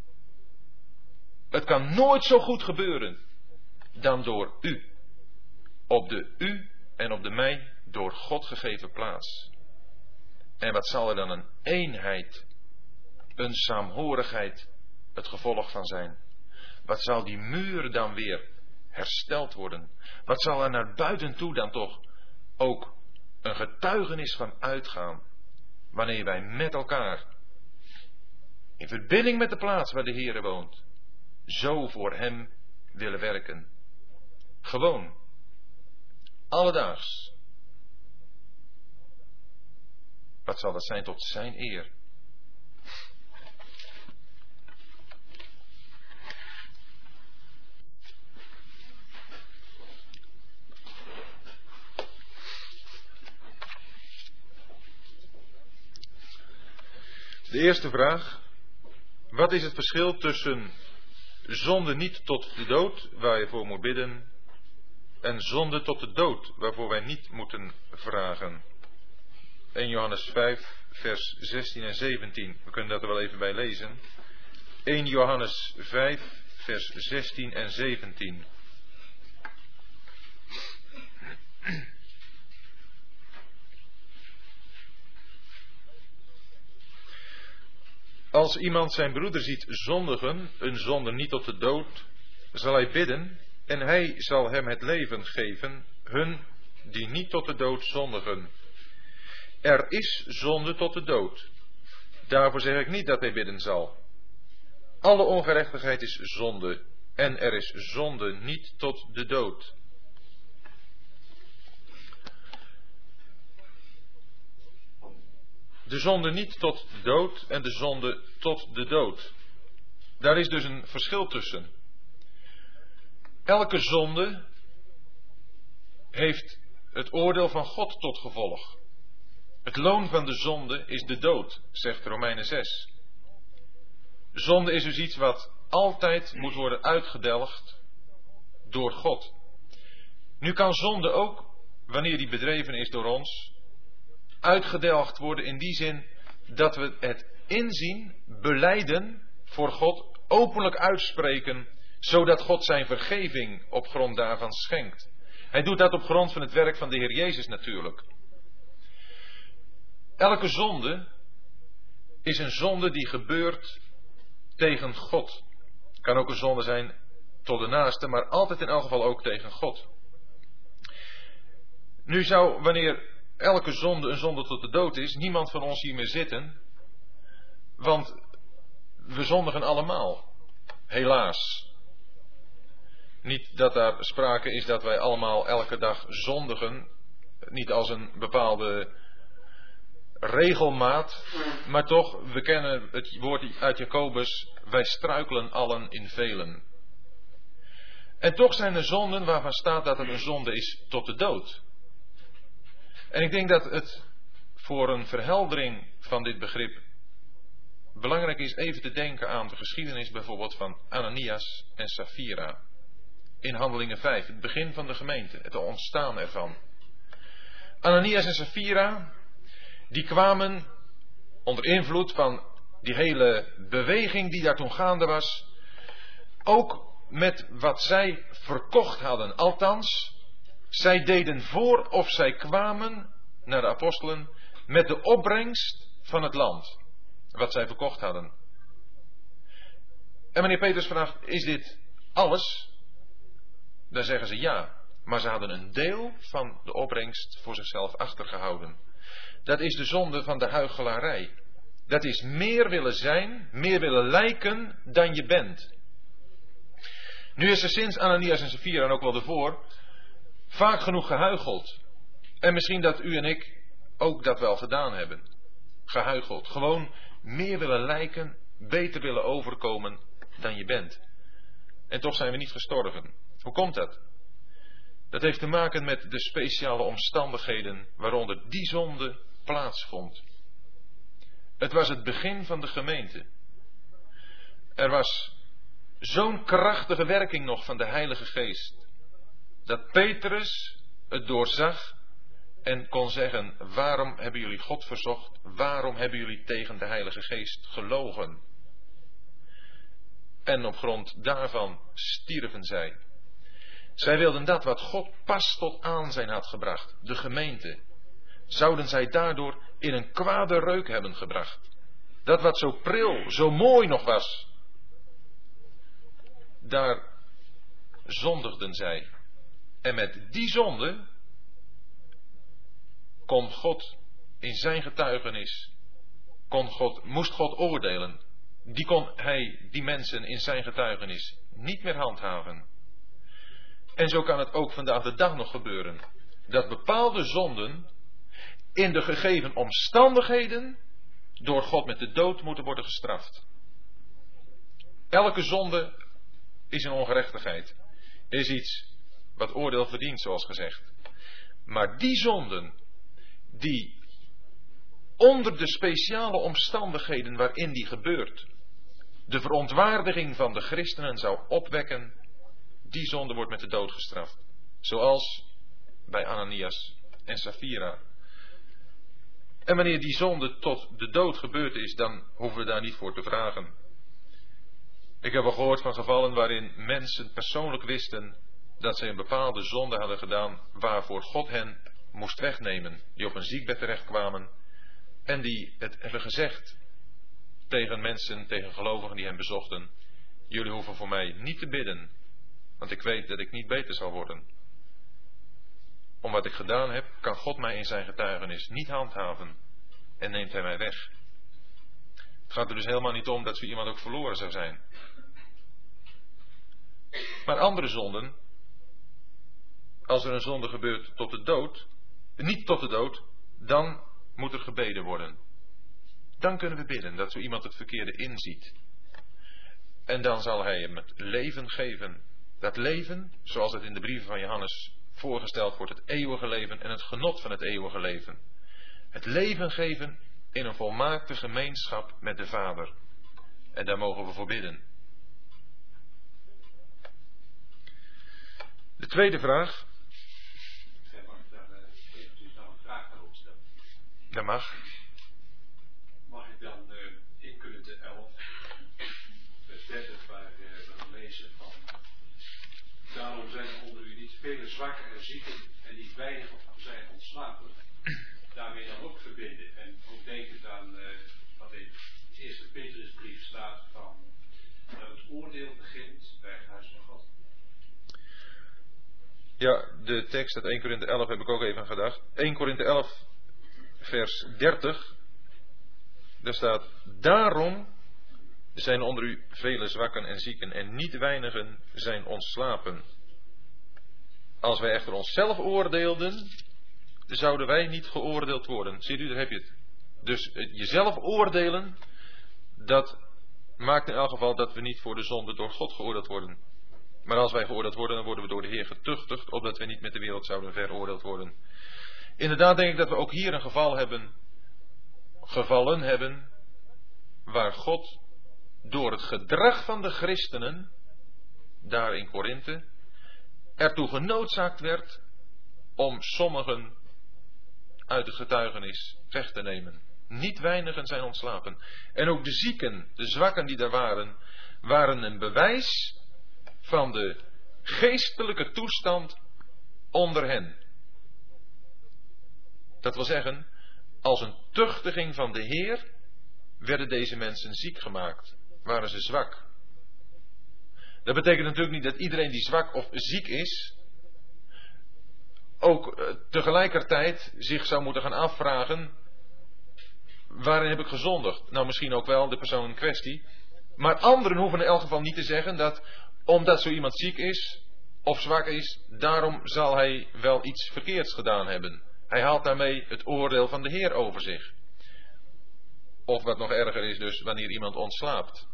Het kan nooit zo goed gebeuren dan door u. Op de u en op de mij door God gegeven plaats. En wat zal er dan een eenheid, een saamhorigheid het gevolg van zijn? Wat zal die muur dan weer hersteld worden? Wat zal er naar buiten toe dan toch ook een getuigenis van uitgaan? Wanneer wij met elkaar, in verbinding met de plaats waar de Heere woont, zo voor Hem willen werken. Gewoon. Alledaags. Wat zal dat zijn tot zijn eer? De eerste vraag. Wat is het verschil tussen zonde niet tot de dood, waar je voor moet bidden, en zonde tot de dood, waarvoor wij niet moeten vragen? eerste Johannes vijf, vers zestien en zeventien. We kunnen dat er wel even bij lezen. eerste Johannes vijf, vers zestien en zeventien. Als iemand zijn broeder ziet zondigen, een zonde niet tot de dood, zal hij bidden en hij zal hem het leven geven, hun die niet tot de dood zondigen. Er is zonde tot de dood. Daarvoor zeg ik niet dat hij bidden zal. Alle ongerechtigheid is zonde en er is zonde niet tot de dood. De zonde niet tot de dood en de zonde tot de dood. Daar is dus een verschil tussen. Elke zonde heeft het oordeel van God tot gevolg. Het loon van de zonde is de dood, zegt Romeinen zes. Zonde is dus iets wat altijd moet worden uitgedelgd door God. Nu kan zonde ook, wanneer die bedreven is door ons, uitgedelgd worden in die zin dat we het inzien, belijden voor God, openlijk uitspreken, zodat God zijn vergeving op grond daarvan schenkt. Hij doet dat op grond van het werk van de Heer Jezus natuurlijk. Elke zonde is een zonde die gebeurt tegen God. Het kan ook een zonde zijn tot de naaste, maar altijd in elk geval ook tegen God. Nu zou, wanneer elke zonde een zonde tot de dood is, niemand van ons hier meer zitten, want we zondigen allemaal. Helaas. Niet dat daar sprake is dat wij allemaal elke dag zondigen, niet als een bepaalde regelmaat, maar toch, we kennen het woord uit Jacobus, wij struikelen allen in velen. En toch zijn er zonden waarvan staat dat het een zonde is tot de dood. En ik denk dat het voor een verheldering van dit begrip belangrijk is even te denken aan de geschiedenis bijvoorbeeld van Ananias en Safira. In Handelingen vijf, het begin van de gemeente, het ontstaan ervan. Ananias en Safira, die kwamen onder invloed van die hele beweging die daar toen gaande was, ook met wat zij verkocht hadden. Althans, zij deden voor of zij kwamen naar de apostelen met de opbrengst van het land, wat zij verkocht hadden. En meneer Petrus vraagt, is dit alles? Dan zeggen ze ja, maar ze hadden een deel van de opbrengst voor zichzelf achtergehouden. Dat is de zonde van de huichelarij. Dat is meer willen zijn, meer willen lijken dan je bent. Nu is er sinds Ananias en Safira en ook wel ervoor vaak genoeg gehuicheld. En misschien dat u en ik ook dat wel gedaan hebben. Gehuicheld. Gewoon meer willen lijken, beter willen overkomen dan je bent. En toch zijn we niet gestorven. Hoe komt dat? Dat heeft te maken met de speciale omstandigheden waaronder die zonde plaatsvond. Het was het begin van de gemeente. Er was zo'n krachtige werking nog van de Heilige Geest, dat Petrus het doorzag en kon zeggen: waarom hebben jullie God verzocht? Waarom hebben jullie tegen de Heilige Geest gelogen? En op grond daarvan stierven zij. Zij wilden dat wat God pas tot aanzijn had gebracht, de gemeente, zouden zij daardoor in een kwade reuk hebben gebracht. Dat wat zo pril, zo mooi nog was, daar zondigden zij. En met die zonde kon God in zijn getuigenis, kon God, moest God oordelen. Die kon hij, die mensen in zijn getuigenis, niet meer handhaven. En zo kan het ook vandaag de dag nog gebeuren, dat bepaalde zonden in de gegeven omstandigheden door God met de dood moeten worden gestraft. Elke zonde is een ongerechtigheid, is iets wat oordeel verdient, zoals gezegd. Maar die zonden die onder de speciale omstandigheden waarin die gebeurt, de verontwaardiging van de christenen zou opwekken, die zonde wordt met de dood gestraft. Zoals bij Ananias en Safira. En wanneer die zonde tot de dood gebeurd is, dan hoeven we daar niet voor te vragen. Ik heb al gehoord van gevallen waarin mensen persoonlijk wisten dat ze een bepaalde zonde hadden gedaan waarvoor God hen moest wegnemen. Die op een ziekbed terechtkwamen en die het hebben gezegd tegen mensen, tegen gelovigen die hen bezochten: jullie hoeven voor mij niet te bidden, want ik weet dat ik niet beter zal worden. Om wat ik gedaan heb, kan God mij in zijn getuigenis niet handhaven en neemt hij mij weg. Het gaat er dus helemaal niet om dat zo iemand ook verloren zou zijn. Maar andere zonden, als er een zonde gebeurt tot de dood, niet tot de dood, dan moet er gebeden worden. Dan kunnen we bidden dat zo iemand het verkeerde inziet. En dan zal hij hem het leven geven. Dat leven, zoals het in de brieven van Johannes voorgesteld wordt, het eeuwige leven en het genot van het eeuwige leven. Het leven geven in een volmaakte gemeenschap met de Vader. En daar mogen we voor bidden. De tweede vraag. Mag ik daar eventjes nou een vraag aan opstellen? Dat mag. Mag ik dan uh, in Korinthe elf, vers dertig, waar uh, we lezen van: daarom zijn er onder u niet vele zwakken en zieken en niet weinig zijn ontslapen. Daarmee dan ook verbinden en ook denken aan uh, wat in de eerste Petrusbrief staat van dat het oordeel begint bij het huis van God. Ja, de tekst uit Eerste Korinthe elf heb ik ook even aan gedacht. Eerste Korinthe elf vers dertig. Daar staat: daarom zijn onder u vele zwakken en zieken en niet weinigen zijn ontslapen. Als wij echter onszelf oordeelden, zouden wij niet geoordeeld worden. Ziet u, daar heb je het. Dus jezelf oordelen, dat maakt in elk geval dat we niet voor de zonde door God geoordeeld worden. Maar als wij geoordeeld worden, dan worden we door de Heer getuchtigd, opdat we niet met de wereld zouden veroordeeld worden. Inderdaad denk ik dat we ook hier een geval hebben, gevallen hebben, waar God door het gedrag van de christenen, daar in Korinthe, ertoe genoodzaakt werd om sommigen uit het getuigenis weg te nemen. Niet weinigen zijn ontslapen. En ook de zieken, de zwakken die daar waren, waren een bewijs van de geestelijke toestand onder hen. Dat wil zeggen, als een tuchtiging van de Heer werden deze mensen ziek gemaakt. Waren ze zwak. Dat betekent natuurlijk niet dat iedereen die zwak of ziek is ook uh, tegelijkertijd zich zou moeten gaan afvragen: waarin heb ik gezondigd? Nou, misschien ook wel de persoon in kwestie. Maar anderen hoeven in elk geval niet te zeggen dat omdat zo iemand ziek is of zwak is, daarom zal hij wel iets verkeerds gedaan hebben. Hij haalt daarmee het oordeel van de Heer over zich. Of wat nog erger is dus, wanneer iemand ontslaapt.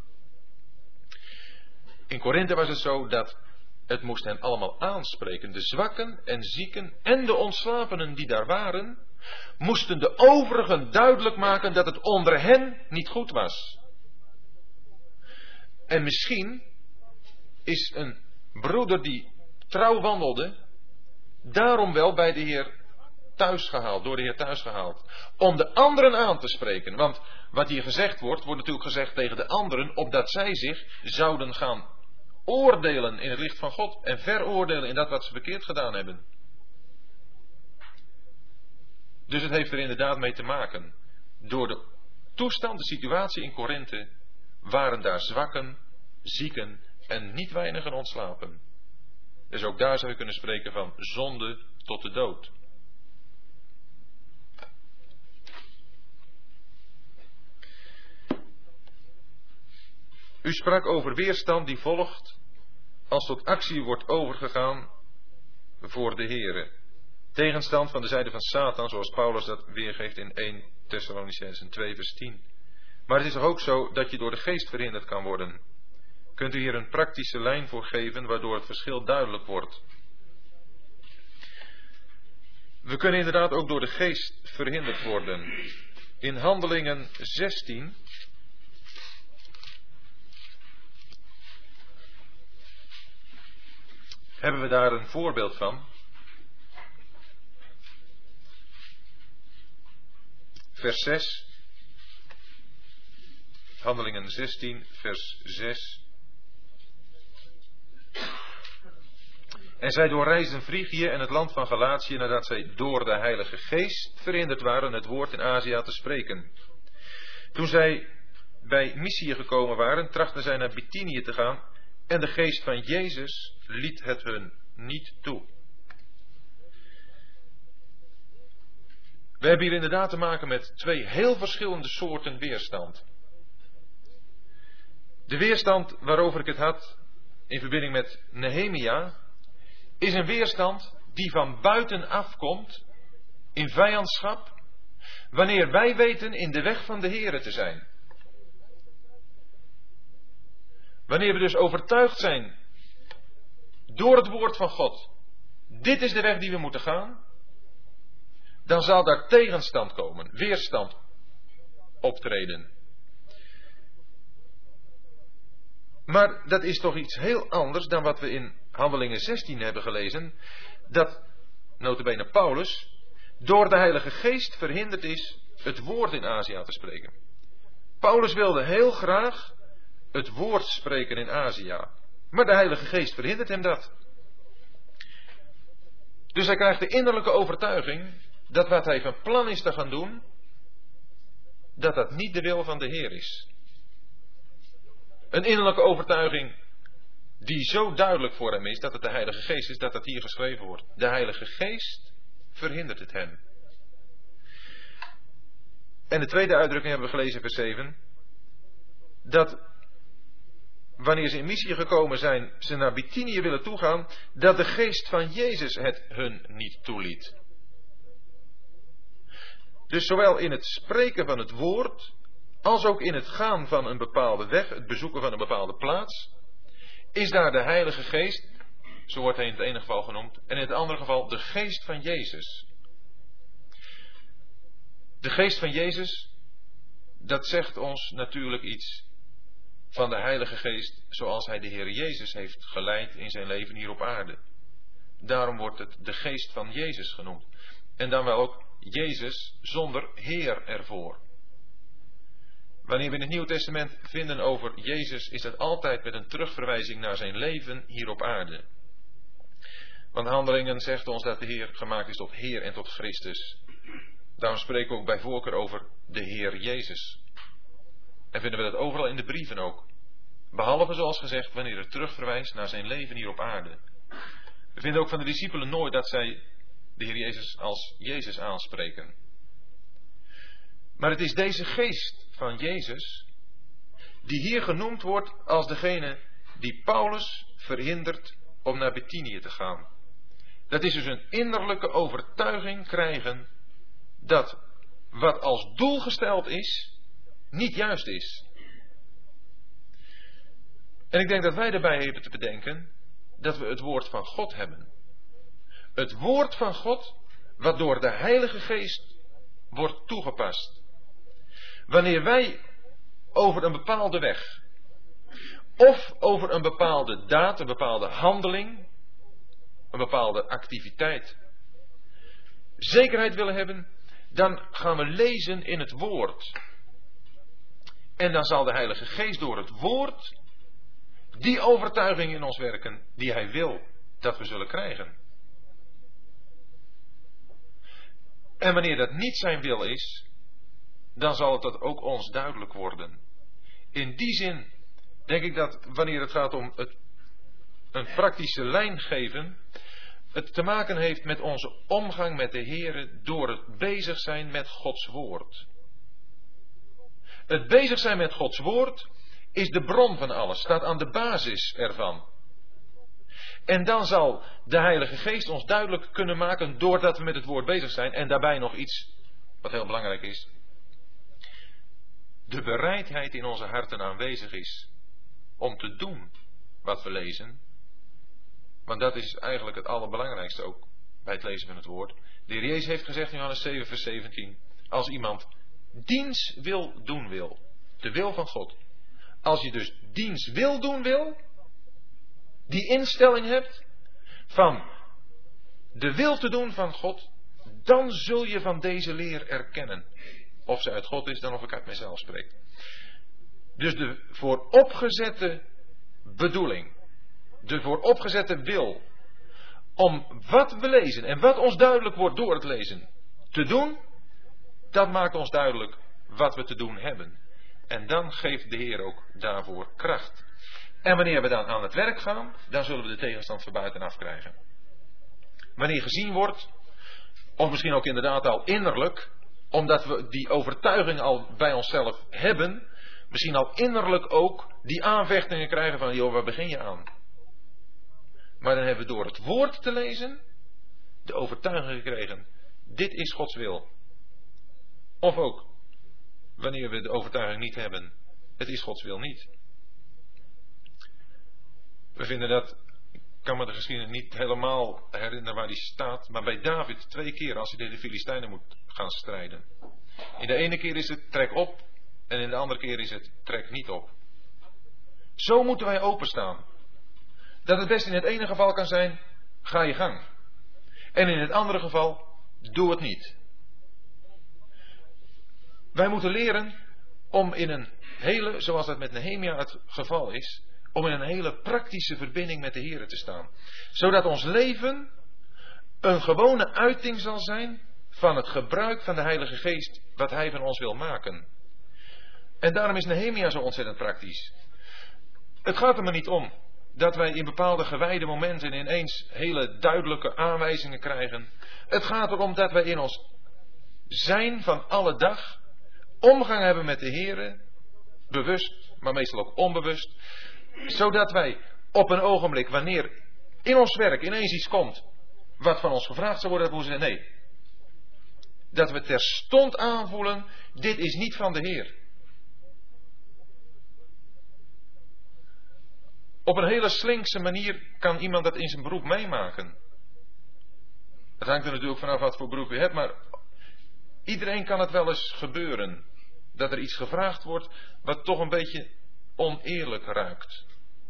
In Korinthe was het zo dat het moest hen allemaal aanspreken. De zwakken en zieken en de ontslapenen die daar waren, moesten de overigen duidelijk maken dat het onder hen niet goed was. En misschien is een broeder die trouw wandelde, daarom wel bij de Heer thuisgehaald, door de Heer thuisgehaald. Om de anderen aan te spreken. Want wat hier gezegd wordt, wordt natuurlijk gezegd tegen de anderen, opdat zij zich zouden gaan oordelen in het licht van God en veroordelen in dat wat ze verkeerd gedaan hebben. Dus het heeft er inderdaad mee te maken. Door de toestand, de situatie in Korinthe, waren daar zwakken, zieken en niet weinigen ontslapen. Dus ook daar zou je kunnen spreken van zonde tot de dood. U sprak over weerstand die volgt als tot actie wordt overgegaan voor de Here. Tegenstand van de zijde van Satan, zoals Paulus dat weergeeft in eerste Thessalonicenzen twee vers tien. Maar het is toch ook zo dat je door de geest verhinderd kan worden. Kunt u hier een praktische lijn voor geven waardoor het verschil duidelijk wordt? We kunnen inderdaad ook door de geest verhinderd worden. In Handelingen zestien hebben we daar een voorbeeld van. Vers zes. Handelingen zestien, vers zes. En zij doorreisden Frigië en het land van Galatië nadat zij door de Heilige Geest verhinderd waren het woord in Azië te spreken. Toen zij bij Mysië gekomen waren, trachtten zij naar Bithynië te gaan en de geest van Jezus liet het hun niet toe. We hebben hier inderdaad te maken met twee heel verschillende soorten weerstand. De weerstand waarover ik het had in verbinding met Nehemia is een weerstand die van buiten afkomt in vijandschap wanneer wij weten in de weg van de Here te zijn. Wanneer we dus overtuigd zijn door het woord van God, dit is de weg die we moeten gaan, dan zal daar tegenstand komen, weerstand optreden. Maar dat is toch iets heel anders dan wat we in Handelingen zestien hebben gelezen, dat nota bene Paulus door de Heilige Geest verhinderd is het woord in Azië te spreken. Paulus wilde heel graag het woord spreken in Azië, maar de Heilige Geest verhindert hem dat. Dus hij krijgt de innerlijke overtuiging dat wat hij van plan is te gaan doen, dat dat niet de wil van de Heer is. Een innerlijke overtuiging die zo duidelijk voor hem is dat het de Heilige Geest is, dat dat hier geschreven wordt. De Heilige Geest verhindert het hem. En de tweede uitdrukking hebben we gelezen, vers zeven. Dat wanneer ze in Mysië gekomen zijn, ze naar Bithynië willen toegaan, dat de geest van Jezus het hun niet toeliet. Dus zowel in het spreken van het woord, als ook in het gaan van een bepaalde weg, het bezoeken van een bepaalde plaats, is daar de Heilige Geest, zo wordt hij in het ene geval genoemd, en in het andere geval de geest van Jezus. De geest van Jezus, dat zegt ons natuurlijk iets van de Heilige Geest zoals hij de Heer Jezus heeft geleid in zijn leven hier op aarde. Daarom wordt het de geest van Jezus genoemd. En dan wel ook Jezus zonder Heer ervoor. Wanneer we in het Nieuwe Testament vinden over Jezus, is dat altijd met een terugverwijzing naar zijn leven hier op aarde. Want Handelingen zegt ons dat de Heer gemaakt is tot Heer en tot Christus. Daarom spreken we ook bij voorkeur over de Heer Jezus. En vinden we dat overal in de brieven ook. Behalve zoals gezegd wanneer het terugverwijst naar zijn leven hier op aarde. We vinden ook van de discipelen nooit dat zij de Heer Jezus als Jezus aanspreken. Maar het is deze geest van Jezus die hier genoemd wordt als degene die Paulus verhindert om naar Bithynië te gaan. Dat is dus een innerlijke overtuiging krijgen dat wat als doel gesteld is, niet juist is. En ik denk dat wij daarbij hebben te bedenken dat we het woord van God hebben. Het woord van God, wat door de Heilige Geest wordt toegepast. Wanneer wij over een bepaalde weg, of over een bepaalde daad, een bepaalde handeling, een bepaalde activiteit, zekerheid willen hebben, dan gaan we lezen in het woord. En dan zal de Heilige Geest door het woord die overtuiging in ons werken die Hij wil dat we zullen krijgen. En wanneer dat niet zijn wil is, dan zal het dat ook ons duidelijk worden. In die zin denk ik dat wanneer het gaat om het, een praktische lijn geven, het te maken heeft met onze omgang met de Heere door het bezig zijn met Gods woord. Het bezig zijn met Gods woord is de bron van alles, staat aan de basis ervan. En dan zal de Heilige Geest ons duidelijk kunnen maken doordat we met het woord bezig zijn. En daarbij nog iets wat heel belangrijk is. De bereidheid in onze harten aanwezig is om te doen wat we lezen. Want dat is eigenlijk het allerbelangrijkste ook bij het lezen van het woord. De Heer Jezus heeft gezegd in Johannes zeven vers zeventien. Als iemand diens wil doen wil. De wil van God. Als je dus diens wil doen wil. Die instelling hebt van de wil te doen van God. Dan zul je van deze leer erkennen. Of ze uit God is dan of ik uit mezelf spreek. Dus de vooropgezette bedoeling. De vooropgezette wil. Om wat we lezen en wat ons duidelijk wordt door het lezen te doen. Dat maakt ons duidelijk wat we te doen hebben. En dan geeft de Heer ook daarvoor kracht. En wanneer we dan aan het werk gaan, dan zullen we de tegenstand van buitenaf krijgen. Wanneer gezien wordt, of misschien ook inderdaad al innerlijk, omdat we die overtuiging al bij onszelf hebben, misschien al innerlijk ook die aanvechtingen krijgen van, joh, waar begin je aan? Maar dan hebben we door het woord te lezen, de overtuiging gekregen, dit is Gods wil. Of ook, wanneer we de overtuiging niet hebben, het is Gods wil niet. We vinden dat, ik kan me de geschiedenis niet helemaal herinneren waar die staat, maar bij David twee keer als hij tegen de Filistijnen moet gaan strijden. In de ene keer is het trek op en in de andere keer is het trek niet op. Zo moeten wij openstaan. Dat het best in het ene geval kan zijn, ga je gang. En in het andere geval, doe het niet. Wij moeten leren om in een hele, zoals dat met Nehemia het geval is, om in een hele praktische verbinding met de Heer te staan. Zodat ons leven een gewone uiting zal zijn van het gebruik van de Heilige Geest wat Hij van ons wil maken. En daarom is Nehemia zo ontzettend praktisch. Het gaat er maar niet om dat wij in bepaalde gewijde momenten ineens hele duidelijke aanwijzingen krijgen. Het gaat erom dat wij in ons zijn van alle dag omgang hebben met de Heer, bewust, maar meestal ook onbewust, zodat wij op een ogenblik, wanneer in ons werk ineens iets komt wat van ons gevraagd zou worden, dat we zeggen nee. Dat we terstond aanvoelen, dit is niet van de Heer. Op een hele slinkse manier kan iemand dat in zijn beroep meemaken. Het hangt er natuurlijk vanaf wat voor beroep je hebt, maar iedereen kan het wel eens gebeuren. Dat er iets gevraagd wordt wat toch een beetje oneerlijk ruikt.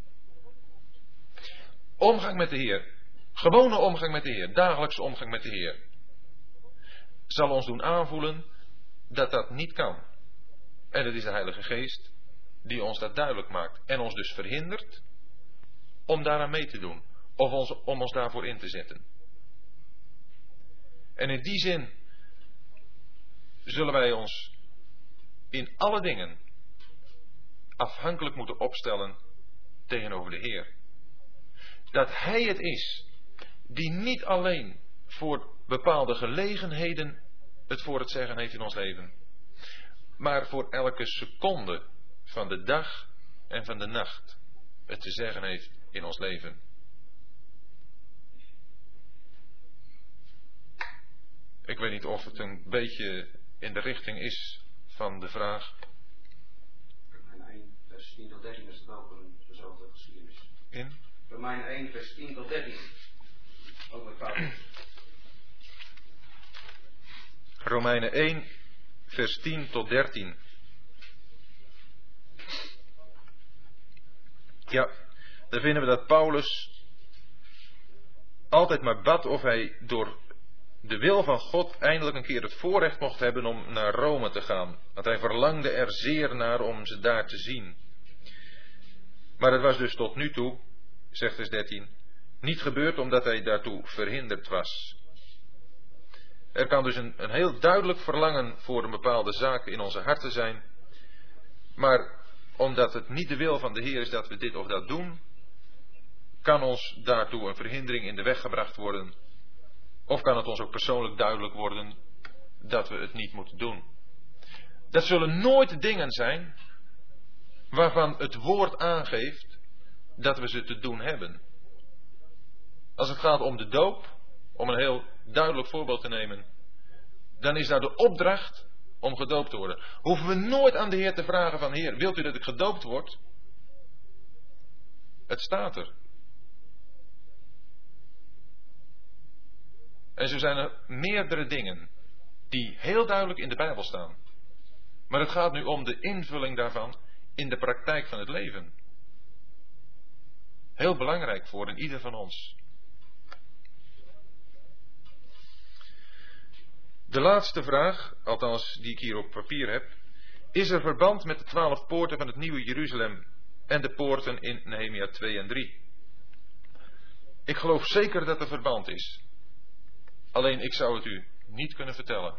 Omgang met de Heer. Gewone omgang met de Heer. Dagelijkse omgang met de Heer. Zal ons doen aanvoelen dat dat niet kan. En het is de Heilige Geest die ons dat duidelijk maakt. En ons dus verhindert om daaraan mee te doen. Of ons, om ons daarvoor in te zetten. En in die zin zullen wij ons in alle dingen afhankelijk moeten opstellen tegenover de Heer. Dat Hij het is die niet alleen voor bepaalde gelegenheden het voor het zeggen heeft in ons leven, maar voor elke seconde van de dag en van de nacht het te zeggen heeft in ons leven. Ik weet niet of het een beetje in de richting is van de vraag. Romeinen één, vers tien tot dertien is het ook een dezelfde geschiedenis. In? Romeinen één, vers tien tot dertien. Ook met Paulus. Romeinen één, vers tien tot dertien. Ja, daar vinden we dat Paulus altijd maar bad of hij door de wil van God eindelijk een keer het voorrecht mocht hebben om naar Rome te gaan. Want hij verlangde er zeer naar om ze daar te zien. Maar het was dus tot nu toe, zegt vers dertien, niet gebeurd omdat hij daartoe verhinderd was. Er kan dus een, een heel duidelijk verlangen voor een bepaalde zaak in onze harten zijn. Maar omdat het niet de wil van de Heer is dat we dit of dat doen, kan ons daartoe een verhindering in de weg gebracht worden. Of kan het ons ook persoonlijk duidelijk worden dat we het niet moeten doen. Dat zullen nooit dingen zijn waarvan het woord aangeeft dat we ze te doen hebben. Als het gaat om de doop, om een heel duidelijk voorbeeld te nemen, dan is daar de opdracht om gedoopt te worden. Hoeven we nooit aan de Heer te vragen van: Heer, wilt u dat ik gedoopt word? Het staat er. En zo zijn er meerdere dingen die heel duidelijk in de Bijbel staan. Maar het gaat nu om de invulling daarvan in de praktijk van het leven. Heel belangrijk voor een ieder van ons. De laatste vraag, althans die ik hier op papier heb, is er verband met de twaalf poorten van het nieuwe Jeruzalem en de poorten in Nehemia twee en drie? Ik geloof zeker dat er verband is. Alleen ik zou het u niet kunnen vertellen.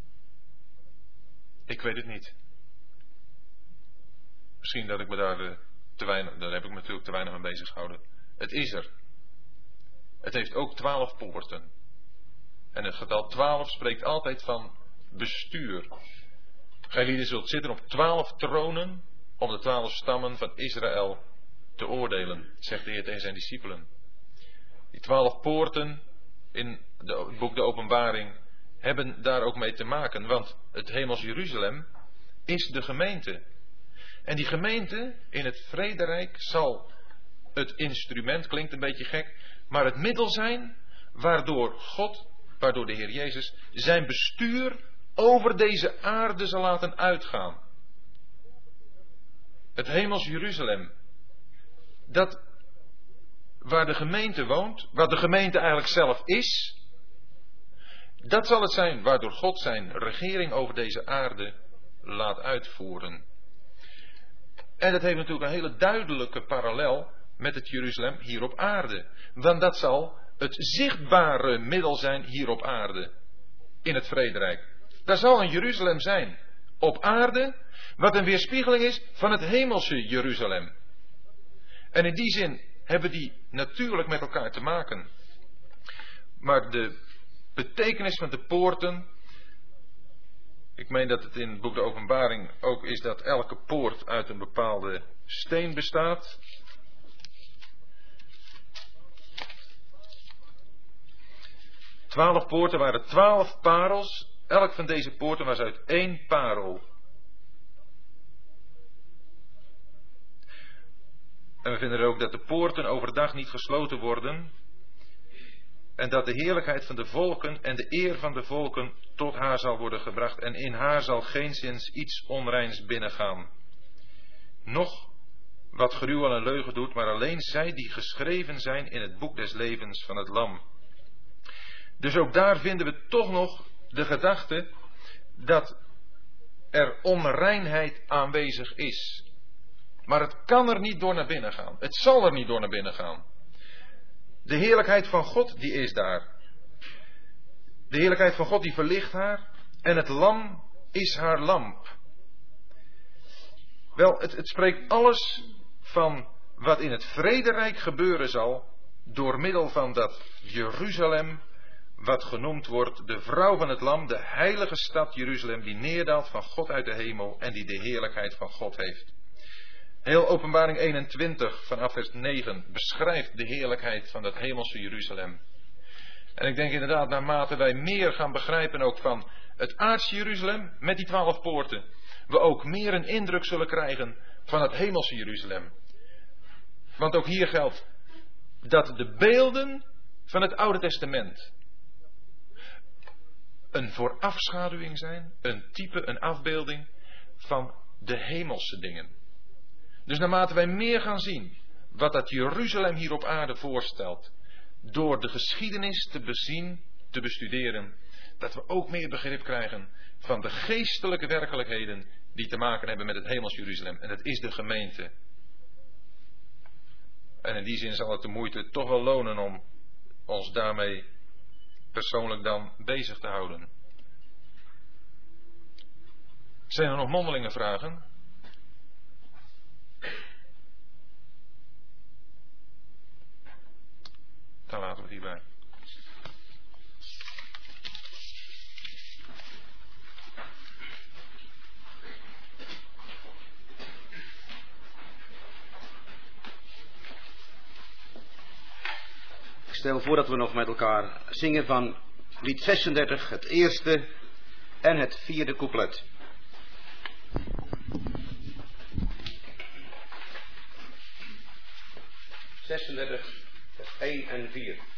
Ik weet het niet. Misschien dat ik me daar uh, te weinig, daar heb ik me natuurlijk te weinig aan bezig gehouden. Het is er. Het heeft ook twaalf poorten. En het getal twaalf spreekt altijd van bestuur. Gij zult zitten op twaalf tronen om de twaalf stammen van Israël te oordelen, zegt de Heer tegen zijn discipelen. Die twaalf poorten in de, het boek De Openbaring hebben daar ook mee te maken, want het hemels Jeruzalem is de gemeente. En die gemeente in het vrederijk zal het instrument, klinkt een beetje gek, maar het middel zijn waardoor God, waardoor de Heer Jezus zijn bestuur over deze aarde zal laten uitgaan. Het hemels Jeruzalem, dat waar de gemeente woont, wat de gemeente eigenlijk zelf is, dat zal het zijn waardoor God zijn regering over deze aarde laat uitvoeren. En dat heeft natuurlijk een hele duidelijke parallel met het Jeruzalem hier op aarde. Want dat zal het zichtbare middel zijn hier op aarde, in het vrederijk. Daar zal een Jeruzalem zijn op aarde, wat een weerspiegeling is van het hemelse Jeruzalem. En in die zin hebben die natuurlijk met elkaar te maken. Maar de betekenis van de poorten, ik meen dat het in het boek De Openbaring ook is dat elke poort uit een bepaalde steen bestaat. Twaalf poorten waren twaalf parels. Elk van deze poorten was uit één parel. En we vinden ook dat de poorten overdag niet gesloten worden. En dat de heerlijkheid van de volken en de eer van de volken tot haar zal worden gebracht. En in haar zal geenszins iets onreins binnengaan. Nog wat gruwel en leugen doet, maar alleen zij die geschreven zijn in het boek des levens van het Lam. Dus ook daar vinden we toch nog de gedachte dat er onreinheid aanwezig is. Maar het kan er niet door naar binnen gaan. Het zal er niet door naar binnen gaan. De heerlijkheid van God, die is daar. De heerlijkheid van God, die verlicht haar. En het lam is haar lamp. Wel, het, het spreekt alles van wat in het vrederijk gebeuren zal, door middel van dat Jeruzalem, wat genoemd wordt de vrouw van het lam, de heilige stad Jeruzalem, die neerdaalt van God uit de hemel en die de heerlijkheid van God heeft. Heel Openbaring eenentwintig vanaf vers negen beschrijft de heerlijkheid van dat hemelse Jeruzalem. En ik denk inderdaad, naarmate wij meer gaan begrijpen ook van het aardse Jeruzalem met die twaalf poorten, we ook meer een indruk zullen krijgen van het hemelse Jeruzalem. Want ook hier geldt dat de beelden van het Oude Testament een voorafschaduwing zijn, een type, een afbeelding van de hemelse dingen. Dus naarmate wij meer gaan zien wat dat Jeruzalem hier op aarde voorstelt, door de geschiedenis te bezien, te bestuderen, dat we ook meer begrip krijgen van de geestelijke werkelijkheden die te maken hebben met het hemels Jeruzalem. En dat is de gemeente. En in die zin zal het de moeite toch wel lonen om ons daarmee persoonlijk dan bezig te houden. Zijn er nog mondelinge vragen? Dan laten we het hierbij. Ik stel voor dat we nog met elkaar zingen van lied zesendertig, het eerste en het vierde couplet. zesendertig, één en vier.